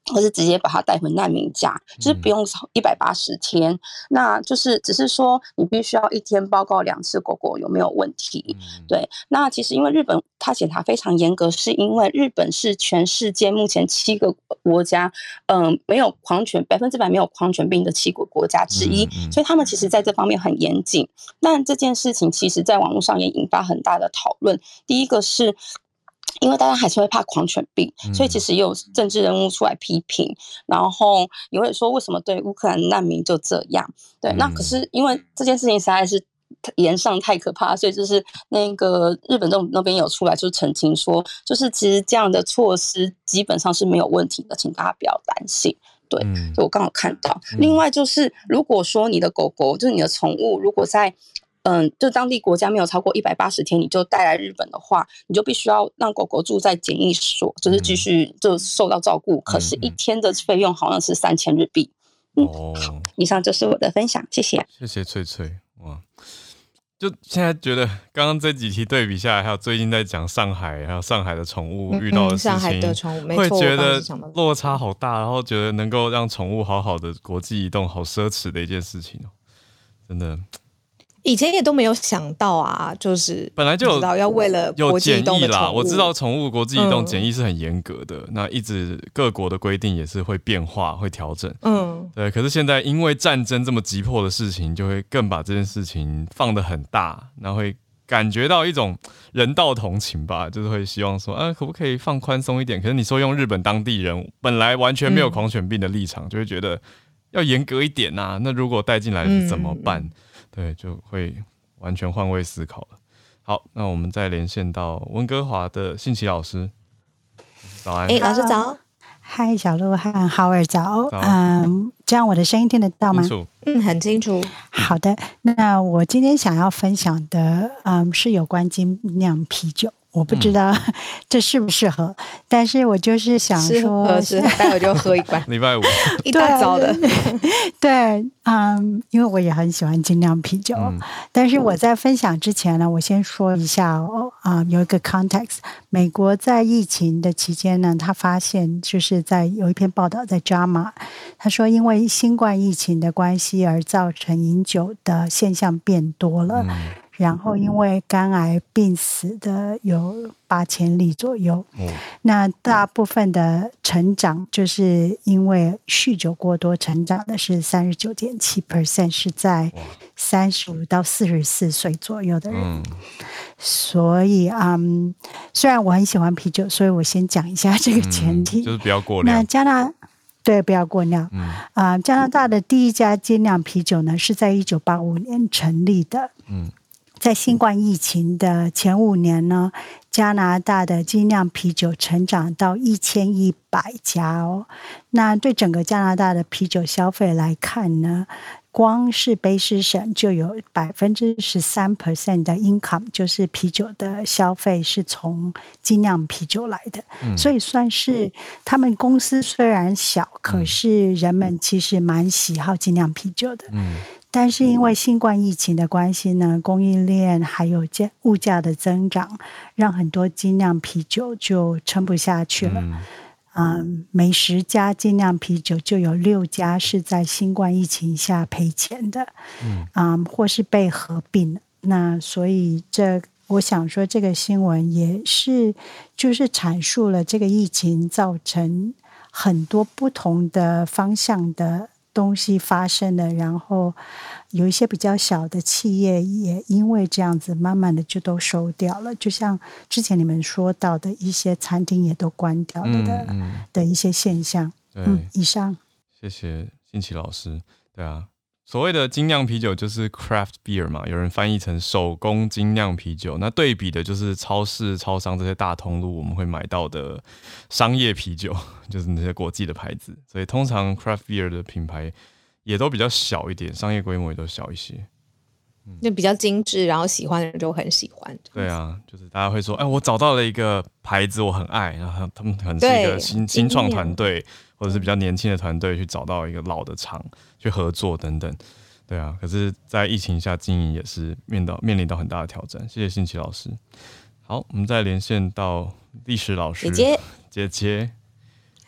或是直接把它带回难民家，就是不用一百八十天、嗯，那就是只是说你必须要一天报告两次狗狗有没有问题、嗯。对，那其实因为日本它检查非常严格，是因为日本是全世界目前七个国家，嗯、呃，没有狂犬百分之百没有狂犬病的七个国家之一、嗯嗯，所以他们其实在这方面很严谨。但这件事情其实在网络上也引发很大的讨论。第一个是，因为大家还是会怕狂犬病，所以其实也有政治人物出来批评，然后也会说为什么对乌克兰难民就这样。对，那可是因为这件事情实在是言上太可怕，所以就是那个日本政府那边有出来就澄清说，就是其实这样的措施基本上是没有问题的，请大家不要担心。对，所以我刚好看到。另外就是，如果说你的狗狗就是你的宠物，如果在嗯，就当地国家没有超过一百八十天，你就带来日本的话，你就必须要让狗狗住在检疫所，就是继续就受到照顾。嗯、可是，一天的费用好像是三千日币。嗯，哦、好，以上就是我的分享，谢谢。 谢谢翠翠，哇，就现在觉得刚刚这几题对比下来，还有最近在讲上海，还有上海的宠物遇到的事情，嗯、上海的宠物会觉得落差好大，然后觉得能够让宠物好好的国际移动，好奢侈的一件事情哦，真的。 以前也都没有想到啊，就是本来就有知道要为了国际移动的有检疫啦，我知道宠物国际移动检疫是很严格的、嗯，那一直各国的规定也是会变化、会调整。嗯，对。可是现在因为战争这么急迫的事情，就会更把这件事情放得很大，然后会感觉到一种人道同情吧，就是会希望说，啊，可不可以放宽松一点？可是你说用日本当地人本来完全没有狂犬病的立场，嗯、就会觉得要严格一点啊。那如果带进来怎么办？嗯对，就会完全换位思考了。好，那我们再连线到温哥华的信奇老师，早安。 哎、欸，老师早。 嗨，小鹿和浩儿早。嗯，这样我的声音听得到吗？ 清楚。 嗯，很清楚。 好的，那我今天想要分享的，嗯，是有关精酿啤酒。我不知道这适不适合、嗯，但是我就是想说， 适合，待会就喝一罐。 礼拜五一大早的， 对，嗯，因为我也很喜欢精酿啤酒、嗯，但是我在分享之前呢，我先说一下哦，啊、嗯，有一个 context， 美国在疫情的期间呢，他发现就是在有一篇报道在 J A M A， 他说因为新冠疫情的关系而造成饮酒的现象变多了。嗯，然后因为肝癌病死的有八千例左右、嗯，那大部分的成长就是因为酗酒过多，成长的是 百分之三十九点七， 是在三十五到四十四岁左右的人。嗯、所以嗯，虽然我很喜欢啤酒，所以我先讲一下这个前提， 嗯、就是不要过量。 那加拿对，不要过量。嗯呃、加拿大的第一家精酿啤酒呢，是在一九八五年成立的。嗯。在新冠疫情的前五年呢，加拿大的精酿啤酒成长到一千一百家哦。那对整个加拿大的啤酒消费来看呢，光是卑诗省就有百分之十三 percent 的 income， 就是啤酒的消费是从精酿啤酒来的、嗯。所以算是他们公司虽然小，嗯、可是人们其实蛮喜好精酿啤酒的。嗯，但是因为新冠疫情的关系呢，供应链还有物价的增长，让很多精酿啤酒就撑不下去了。嗯，嗯每十家精酿啤酒就有六家是在新冠疫情下赔钱的，嗯，嗯或是被合并。那所以这我想说，这个新闻也是就是阐述了这个疫情造成很多不同的方向的东西发生了，然后有一些比较小的企业也因为这样子慢慢的就都收掉了，就像之前你们说到的一些餐厅也都关掉了的、嗯嗯、的一些现象。 对、 嗯，以上。 谢谢信奇老师。对啊，所谓的精酿啤酒就是 craft beer 嘛，有人翻译成手工精酿啤酒。那对比的就是超市、超商这些大通路我们会买到的商业啤酒，就是那些国际的牌子。所以通常 craft beer 的品牌也都比较小一点，商业规模也都小一些。 嗯、就比较精致，然后喜欢的人就很喜欢。 对啊，就是大家会说，哎，我找到了一个牌子，我很爱，然后他们可能是一个新新创团队，或者是比较年轻的团队去找到一个老的厂去合作等等。对啊，可是，在疫情下经营也是面到面临到很大的挑战。谢谢信奇老师。好，我们再连线到历史老师姐姐， 姐姐。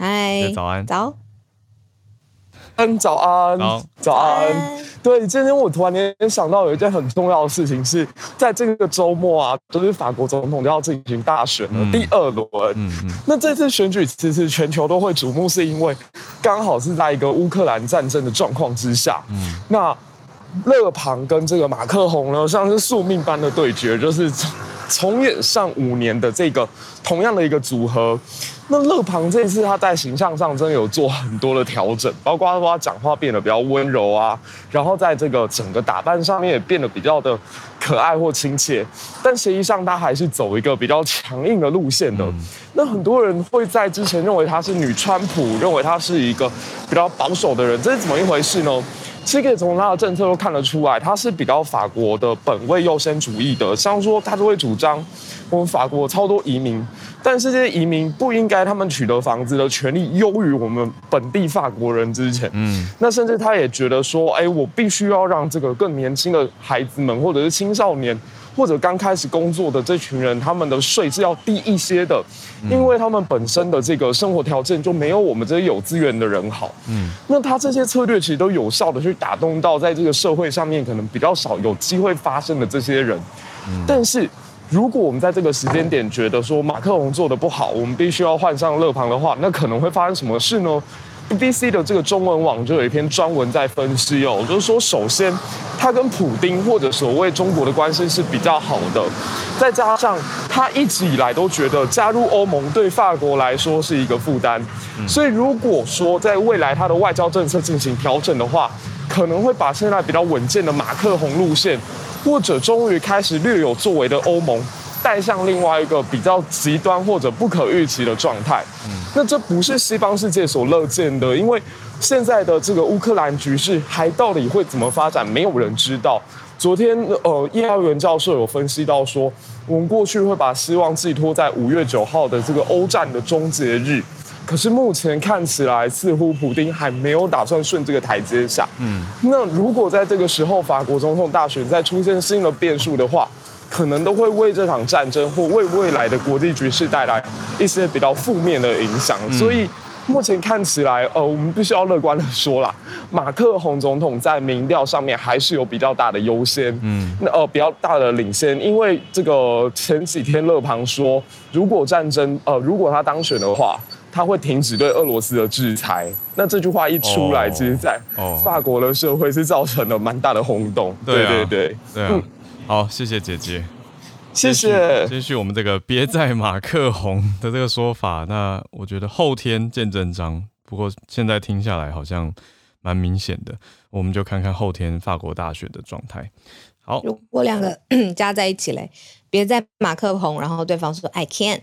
嗨， 早安， 早。 安早安，早安。对，今天我突然间想到有一件很重要的事情是，在这个周末啊，就是法国总统要进行大选了，嗯、第二轮。嗯嗯。那这次选举其实全球都会瞩目，是因为刚好是在一个乌克兰战争的状况之下。嗯。那勒庞跟这个马克宏呢，像是宿命般的对决，就是重演上五年的这个同样的一个组合。那勒庞这一次他在形象上真的有做很多的调整，包括说他讲话变得比较温柔啊，然后在这个整个打扮上面也变得比较的可爱或亲切，但实际上他还是走一个比较强硬的路线的。嗯、那很多人会在之前认为他是女川普，认为他是一个比较保守的人，这是怎么一回事呢？其实可以从他的政策都看得出来，他是比较法国的本位优先主义的，像说他就会主张我们法国超多移民，但是这些移民不应该他们取得房子的权利优于我们本地法国人之前。嗯，那甚至他也觉得说，哎，我必须要让这个更年轻的孩子们，或者是青少年，或者刚开始工作的这群人，他们的税是要低一些的，因为他们本身的这个生活条件就没有我们这些有资源的人好。嗯，那他这些策略其实都有效的去打动到在这个社会上面可能比较少有机会发生的这些人。嗯，但是如果我们在这个时间点觉得说马克宏做的不好，我们必须要换上勒庞的话，那可能会发生什么事呢？B B C 的这个中文网就有一篇专文在分析哦，就是说，首先，他跟普丁或者所谓中国的关系是比较好的，再加上他一直以来都觉得加入欧盟对法国来说是一个负担，嗯、所以如果说在未来他的外交政策进行调整的话，可能会把现在比较稳健的马克宏路线，或者终于开始略有作为的欧盟，带向另外一个比较极端或者不可预期的状态。嗯，那这不是西方世界所乐见的，因为现在的这个乌克兰局势还到底会怎么发展，没有人知道。昨天，呃，叶耀元教授有分析到说，我们过去会把希望寄托在五月九号的这个欧战的终结日。可是目前看起来，似乎普丁还没有打算顺这个台阶下。嗯，那如果在这个时候法国总统大选再出现新的变数的话，可能都会为这场战争或为未来的国际局势带来一些比较负面的影响。嗯、所以目前看起来，呃，我们必须要乐观的说啦，马克宏总统在民调上面还是有比较大的优先，嗯，那呃比较大的领先，因为这个前几天勒庞说，如果战争，呃，如果他当选的话。他会停止对俄罗斯的制裁。那这句话一出来，其实在法国的社会是造成了蛮大的轰动。对对对对啊！嗯、好，谢谢姐姐， 谢谢。 继续我们这个别在马克宏的这个说法，那我觉得后天见真章。不过现在听下来好像蛮明显的，我们就看看后天法国大选的状态。好， 如果两个加在一起嘞，别在马克宏，然后对方说 I can't。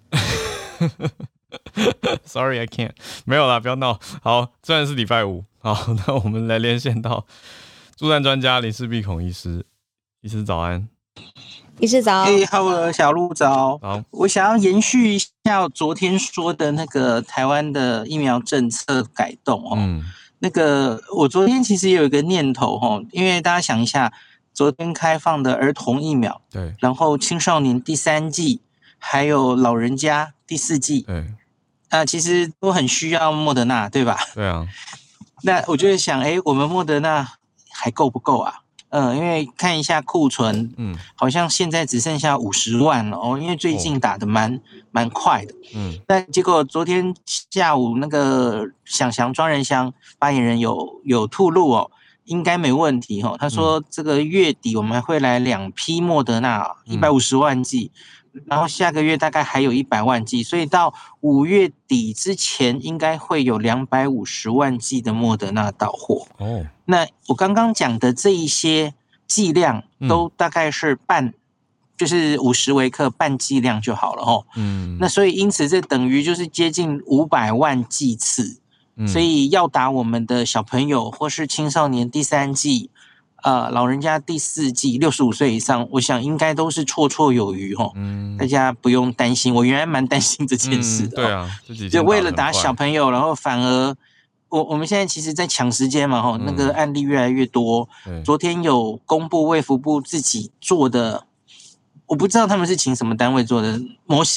Sorry, I can't。没有啦，不要闹。好，虽然是礼拜五，好，那我们来连线到助战专家林氏璧孔医师。医师早安。 医师早。 嘿 ，Hello， 小鹿早。 好， 我想要延续一下我昨天说的那个台湾的疫苗政策改动哦。嗯。那个，我昨天其实也有一个念头哦，因为大家想一下，昨天开放的儿童疫苗， 对， 然后青少年第三剂，还有老人家第四剂， 对。 啊、呃，其实都很需要莫德纳，对吧？ 对啊。 那我就会想，哎，我们莫德纳还够不够啊？嗯、呃，因为看一下库存，嗯，好像现在只剩下五十万了哦，因为最近打得蛮蛮、哦、快的，嗯。但结果昨天下午那个想翔庄人乡发言人有有吐露哦，应该没问题哦。他说这个月底我们还会来两批莫德纳，一百五十万剂。嗯，然后下个月大概还有一百万剂，所以到五月底之前应该会有两百五十万剂的莫德纳到货。哦，那我刚刚讲的这一些剂量都大概是半，嗯、就是五十微克半剂量就好了哦。嗯，那所以因此这等于就是接近五百万剂次，嗯、所以要打我们的小朋友或是青少年第三剂。呃，老人家第四剂六十五岁以上，我想应该都是绰绰有余哦。嗯，大家不用担心。我原来蛮担心这件事的、哦嗯。 对啊，这几天就为了打小朋友，然后反而我我们现在其实在抢时间嘛，哈、嗯，那个案例越来越多。昨天有公布卫福部自己做的，我不知道他们是请什么单位做的模型啊。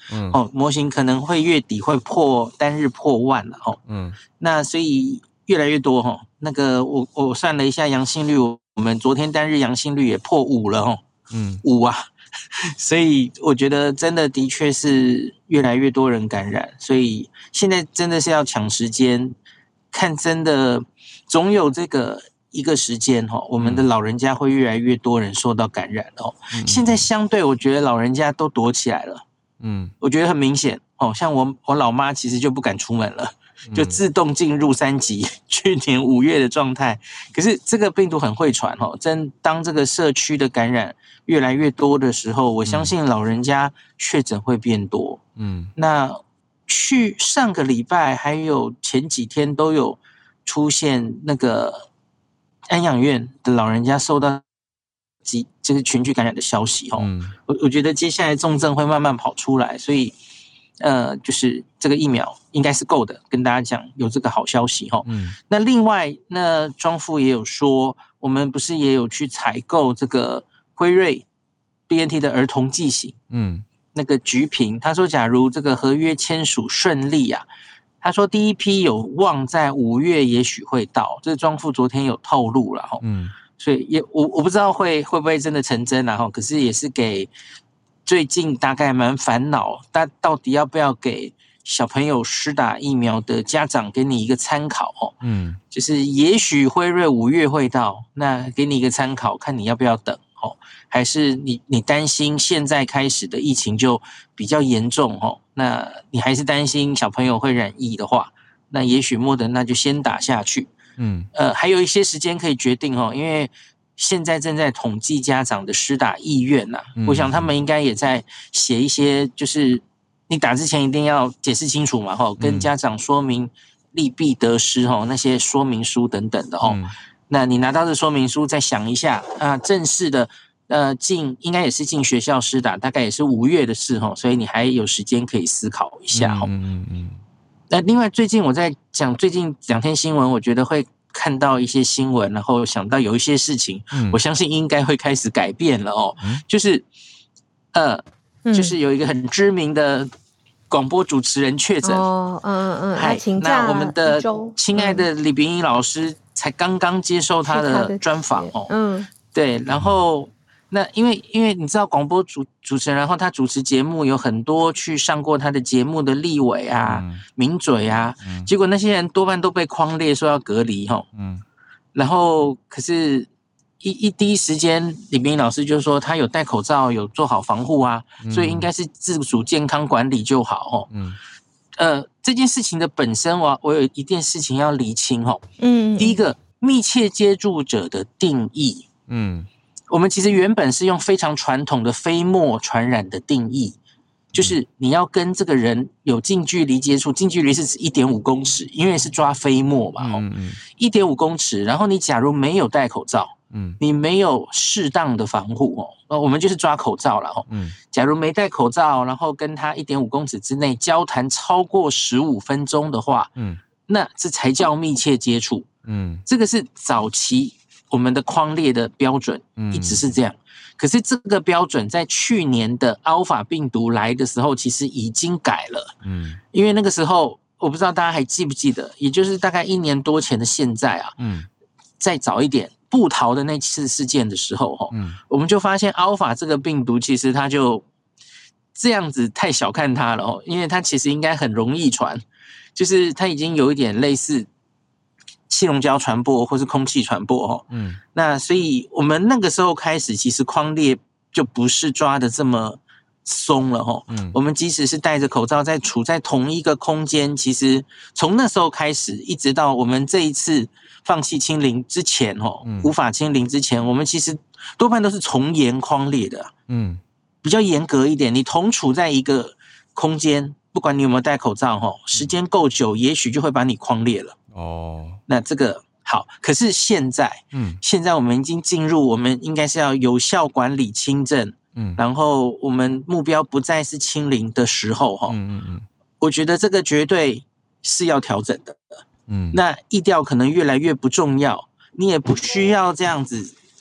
嗯，哦，模型可能会月底会破单日破万了哦，嗯，那所以越来越多哈、哦，那个我我算了一下阳性率，我们昨天单日阳性率也破五了哦，嗯，五啊，所以我觉得真的的确是越来越多人感染，所以现在真的是要抢时间，看真的总有这个。一个时间哈，我们的老人家会越来越多人受到感染哦。嗯、现在相对，我觉得老人家都躲起来了。嗯，我觉得很明显哦，像我我老妈其实就不敢出门了，就自动进入三级，嗯、去年五月的状态。可是这个病毒很会传哦，真当这个社区的感染越来越多的时候，我相信老人家确诊会变多。嗯，那去上个礼拜还有前几天都有出现那个。安养院的老人家受到几这个群聚感染的消息哦，嗯、我我觉得接下来重症会慢慢跑出来，所以呃，就是这个疫苗应该是够的，跟大家讲有这个好消息哈、哦。嗯，那另外那庄副也有说，我们不是也有去采购这个辉瑞 B N T 的儿童剂型，嗯，那个橘瓶，他说假如这个合约签署顺利啊。他说第一批有望在五月也许会到，这庄副昨天有透露了哈，嗯，所以也我我不知道会会不会真的成真啊哈，可是也是给最近大概蛮烦恼，但到底要不要给小朋友施打疫苗的家长给你一个参考哦，嗯，就是也许辉瑞五月会到，那给你一个参考，看你要不要等哦，还是你你担心现在开始的疫情就比较严重哦。那你还是担心小朋友会染疫的话，那也许莫德纳就先打下去。嗯，呃，还有一些时间可以决定哦，因为现在正在统计家长的施打意愿呐、啊嗯，我想他们应该也在写一些，就是你打之前一定要解释清楚嘛，哈，跟家长说明利弊得失哈，那些说明书等等的哦。嗯、那你拿到这说明书，再想一下啊，正式的。呃，进应该也是进学校施打，大概也是五月的事哈，所以你还有时间可以思考一下哈。嗯嗯嗯。那另外，最近我在讲最近两天新闻，我觉得会看到一些新闻，然后想到有一些事情，嗯、我相信应该会开始改变了哦。嗯、就是呃，嗯、就是有一个很知名的广播主持人确诊， 哦，嗯嗯嗯，他请假那我们的亲爱的李秉义老师才刚刚接受他的专访哦。嗯，对，然后。那因为因为你知道广播主主持人，然后他主持节目有很多去上过他的节目的立委啊、嗯、名嘴啊、嗯，结果那些人多半都被匡列说要隔离哈，嗯，然后可是一一第一时间李秉义老师就说他有戴口罩，有做好防护啊，嗯、所以应该是自主健康管理就好哦，嗯，呃，这件事情的本身我我有一件事情要厘清哦，嗯，第一个密切接触者的定义，嗯。我们其实原本是用非常传统的飞沫传染的定义，就是你要跟这个人有近距离接触，近距离是指 一点五公尺，因为是抓飞沫嘛，哦，一点五公尺，然后你假如没有戴口罩，嗯，你没有适当的防护哦，我们就是抓口罩了哦，嗯，假如没戴口罩，然后跟他 一点五公尺之内交谈超过十五分钟的话，嗯，那这才叫密切接触，嗯，这个是早期。我们的匡列的标准一直是这样，嗯、可是这个标准在去年的 Alpha 病毒来的时候，其实已经改了。嗯，因为那个时候我不知道大家还记不记得，也就是大概一年多前的现在啊，嗯，再早一点布桃的那次事件的时候，嗯，我们就发现 Alpha 这个病毒其实它就这样子太小看它了哦，因为它其实应该很容易传，就是它已经有一点类似。气溶胶传播或是空气传播哦，嗯，那所以我们那个时候开始，其实匡列就不是抓的这么松了哦，嗯，我们即使是戴着口罩在处在同一个空间，其实从那时候开始，一直到我们这一次放弃清零之前哦，嗯、无法清零之前，我们其实多半都是从严匡列的，嗯，比较严格一点，你同处在一个空间，不管你有没有戴口罩哦，时间够久，也许就会把你匡列了。哦，那这个好，可是现在，嗯，现在我们已经进入，我们应该是要有效管理轻症，嗯，然后我们目标不再是清零的时候，哈，嗯嗯嗯，我觉得这个绝对是要调整的，嗯，那疫调可能越来越不重要，你也不需要这样子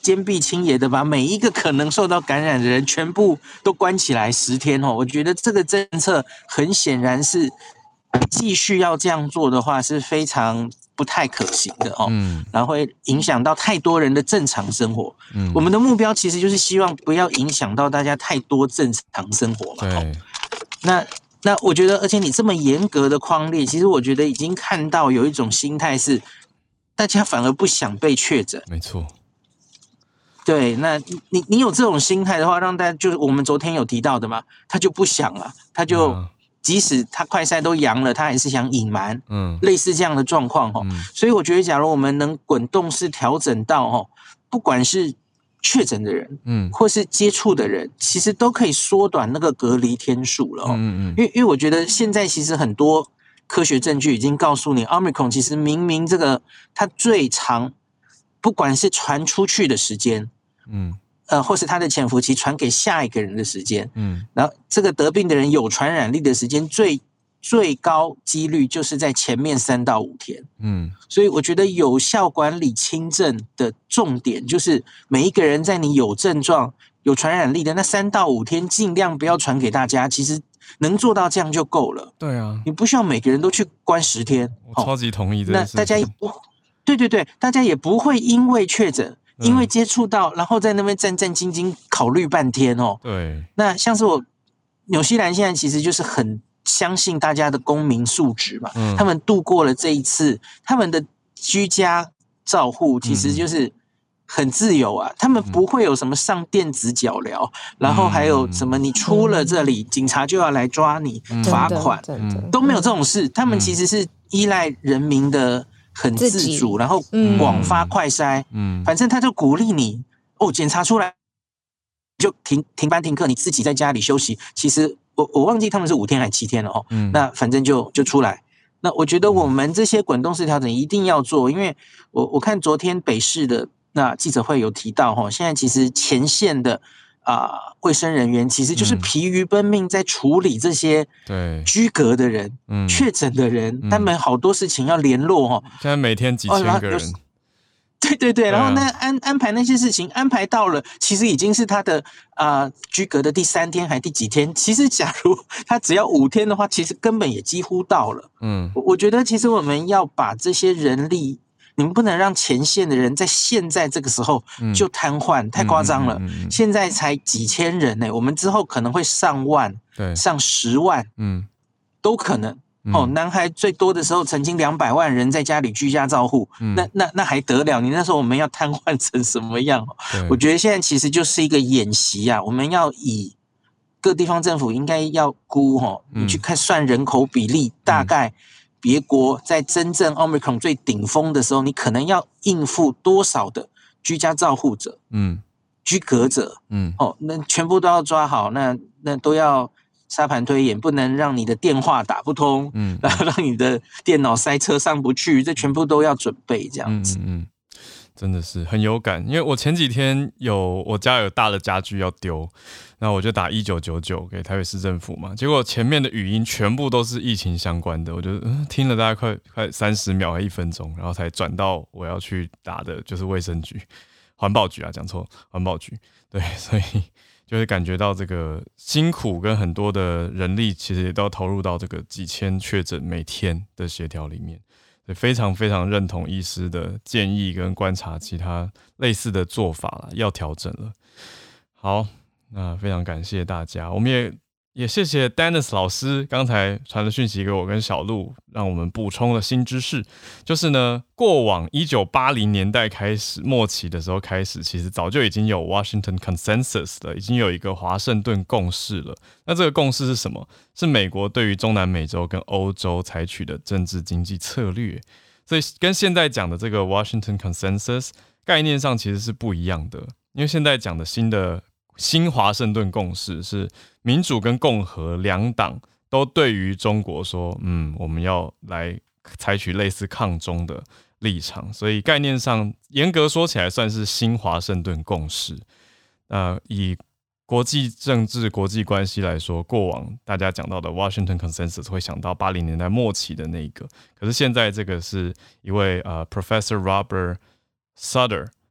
坚壁清野的把每一个可能受到感染的人全部都关起来十天哦，我觉得这个政策很显然是继续要这样做的话是非常不太可行的哦，嗯，然后会影响到太多人的正常生活。嗯，我们的目标其实就是希望不要影响到大家太多正常生活嘛。对，哦，那那我觉得，而且你这么严格的匡列，其实我觉得已经看到有一种心态是，大家反而不想被确诊。 没错。 对，那你你有这种心态的话，让大家就是我们昨天有提到的嘛，他就不想了，他就。嗯，即使他快筛都阳了，他还是想隐瞒，嗯，类似这样的状况哈，嗯，所以我觉得，假如我们能滚动式调整到哈，不管是确诊的人，嗯，或是接触的人，其实都可以缩短那个隔离天数了，嗯嗯，因为因为我觉得现在其实很多科学证据已经告诉你 ，Omicron 其实明明这个它最长，不管是传出去的时间，嗯。呃，或是他的潜伏期传给下一个人的时间，嗯，然后这个得病的人有传染力的时间最最高几率就是在前面三到五天，嗯，所以我觉得有效管理轻症的重点就是每一个人在你有症状、有传染力的那三到五天，尽量不要传给大家。其实能做到这样就够了。 对啊， 你不需要每个人都去关十天。 我超级同意这件事情。 那大家也不，对对对，大家也不会因为确诊。因为接触到，然后在那边战战兢兢考虑半天哦。 对。 那像是我，纽西兰现在其实就是很相信大家的公民素质嘛，嗯，他们度过了这一次，他们的居家照护其实就是很自由啊，嗯，他们不会有什么上电子脚镣，嗯，然后还有什么你出了这里，嗯，警察就要来抓你，嗯，罚款，嗯，都没有这种事。他们其实是依赖人民的。很自主，然后广发快筛，嗯，反正他就鼓励你哦，检查出来就停停班停课，你自己在家里休息。其实我我忘记他们是五天还是七天了哦，嗯，那反正就就出来。那我觉得我们这些滚动式调整一定要做，因为我我看昨天北市的那记者会有提到哈，现在其实前线的。啊，卫生人员其实就是疲于奔命，在处理这些对居隔的人、嗯、确诊的人，嗯、他们好多事情要联络哦。 现在每天几千个人，哦、 对对对，然后那安安排那些事情安排到了，其实已经是他的啊、呃、居隔的第三天还第几天？其实假如他只要五天的话，其实根本也几乎到了。嗯，我我觉得其实我们要把这些人力。你们不能让前线的人在现在这个时候就瘫痪，嗯、太夸张了。嗯嗯嗯嗯、现在才几千人呢、欸，我们之后可能会上万，对，上十万，嗯，都可能。嗯、哦，南海最多的时候，曾经两百万人在家里居家照护，嗯、那那那还得了？你那时候我们要瘫痪成什么样？我觉得现在其实就是一个演习啊，我们要以各地方政府应该要估哈，你去看算人口比例，嗯、大概。别国在真正 Omicron 最顶峰的时候，你可能要应付多少的居家照护者、嗯，居隔者，嗯，哦，那全部都要抓好，那那都要沙盘推演，不能让你的电话打不通，嗯，然后让你的电脑塞车上不去，这全部都要准备这样子。嗯嗯嗯， 真的是很有感，因为我前几天有我家有大的家具要丢。那我就打一九九九给台北市政府嘛，结果前面的语音全部都是疫情相关的，我就、嗯、听了大概快快三十秒还一分钟，然后才转到我要去打的就是卫生局、环保局啊，讲错，环保局。对，所以就会感觉到这个辛苦跟很多的人力，其实也都要投入到这个几千确诊每天的协调里面。所以非常非常认同医师的建议跟观察其他类似的做法啦，要调整了。好。那非常感谢大家，我们也也谢谢 Dennis 老师刚才传了讯息给我跟小鹿，让我们补充了新知识。就是呢，过往一九八零年代开始末期的时候开始，其实早就已经有 Washington Consensus 了，已经有一个华盛顿共识了。那这个共识是什么？是美国对于中南美洲跟欧洲采取的政治经济策略。所以跟现在讲的这个 Washington Consensus 概念上其实是不一样的，因为现在讲的新的新华盛顿共识是民主跟共和两党都对于中国说，嗯，我们要来采取类似抗中的立场，所以概念上严格说起来算是新华盛顿共识。呃，以国际政治、国际关系来说，过往大家讲到的 Washington Consensus 会想到八零年代末期的那一个，可是现在这个是一位呃 Professor Robert Sutter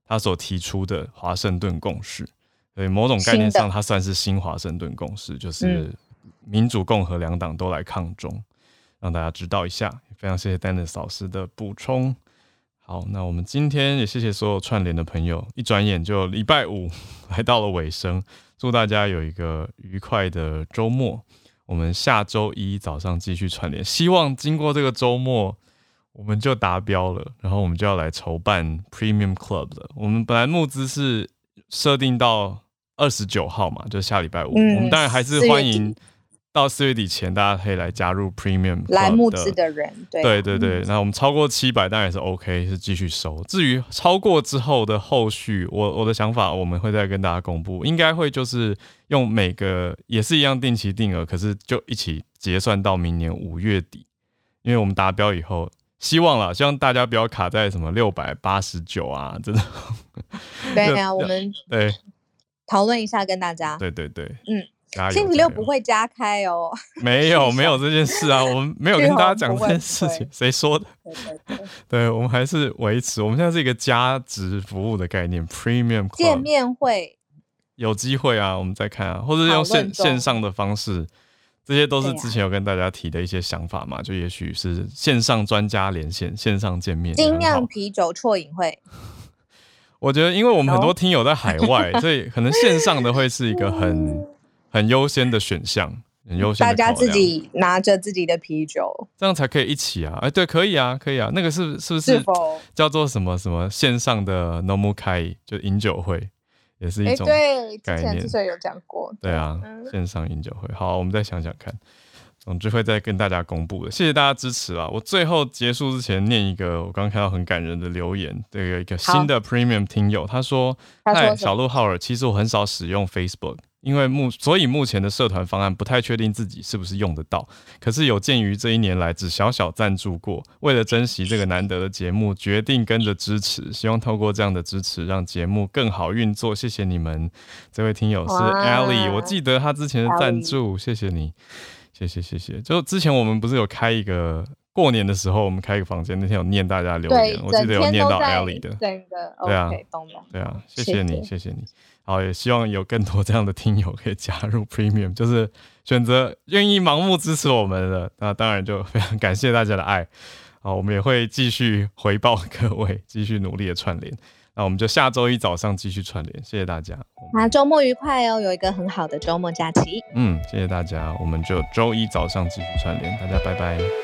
他所提出的华盛顿共识。所以某种概念上，它算是新华盛顿共识，就是民主共和两党都来抗中，让大家知道一下。非常谢谢 Dennis 老师的补充。好，那我们今天也谢谢所有串联的朋友，一转眼就礼拜五来到了尾声，祝大家有一个愉快的周末。我们下周一早上继续串联，希望经过这个周末我们就达标了，然后我们就要来筹办 Premium Club 了。我们本来募资是设定到二十九号嘛，就是下礼拜五、嗯、我们当然还是欢迎到四月底前大家可以来加入 Premium Club 来募资的人，对、啊、 对对对、嗯、那我们超过七百当然也是 OK， 是继续收。至于超过之后的后续，我我的想法我们会再跟大家公布，应该会就是用每个也是一样定期定额，可是就一起结算到明年五月底，因为我们达标以后，希望啦，希望大家不要卡在什么六百八十九啊，真的。 对啊，我们对讨论一下跟大家。 对对对， 嗯，星期六不会加开哦。 没有没有这件事啊，我们没有跟大家讲这件事情，谁说的？ 对对对， 对我们还是维持，我们现在是一个加值服务的概念 ，Premium Club 见面会有机会啊，我们再看啊，或者用线线上的方式。这些都是之前有跟大家提的一些想法嘛，啊、就也许是线上专家连线、线上见面。 精酿啤酒啜饮会， 我觉得因为我们很多听友在海外，所以可能线上的会是一个很很优先的选项，很优先的考量。 大家自己拿着自己的啤酒， 这样才可以一起啊！哎，对，可以啊，可以啊。那个是是不是叫做什么什么线上的 Nomukai 就饮酒会？也是一种概念， 对，之前之前有讲过， 对啊，嗯、线上饮酒会，好，我们再想想看，总之会再跟大家公布的。谢谢大家支持啊！我最后结束之前念一个我刚刚看到很感人的留言，这个一个新的 Premium 听友，他说：“嗨，小鹿浩尔，其实我很少使用 Facebook。”因为目所以目前的社团方案不太确定自己是不是用得到，可是有鉴于这一年来只小小赞助过，为了珍惜这个难得的节目，决定跟着支持，希望透过这样的支持让节目更好运作，谢谢你们。这位听友是 Ellie， 我记得他之前的赞助，谢谢你，谢谢谢谢。就之前我们不是有开一个过年的时候，我们开一个房间，那天有念大家留言，我记得有念到 Ellie 的， 整个对啊， okay, 懂了， 对啊，谢谢你，谢谢你。好，也希望有更多这样的听友可以加入 Premium， 就是选择愿意盲目支持我们的，那当然就非常感谢大家的爱。好，我们也会继续回报各位，继续努力的串联。那我们就下周一早上继续串联，谢谢大家。 啊，周末愉快哦，有一个很好的周末假期。 嗯，谢谢大家，我们就周一早上继续串联，大家拜拜。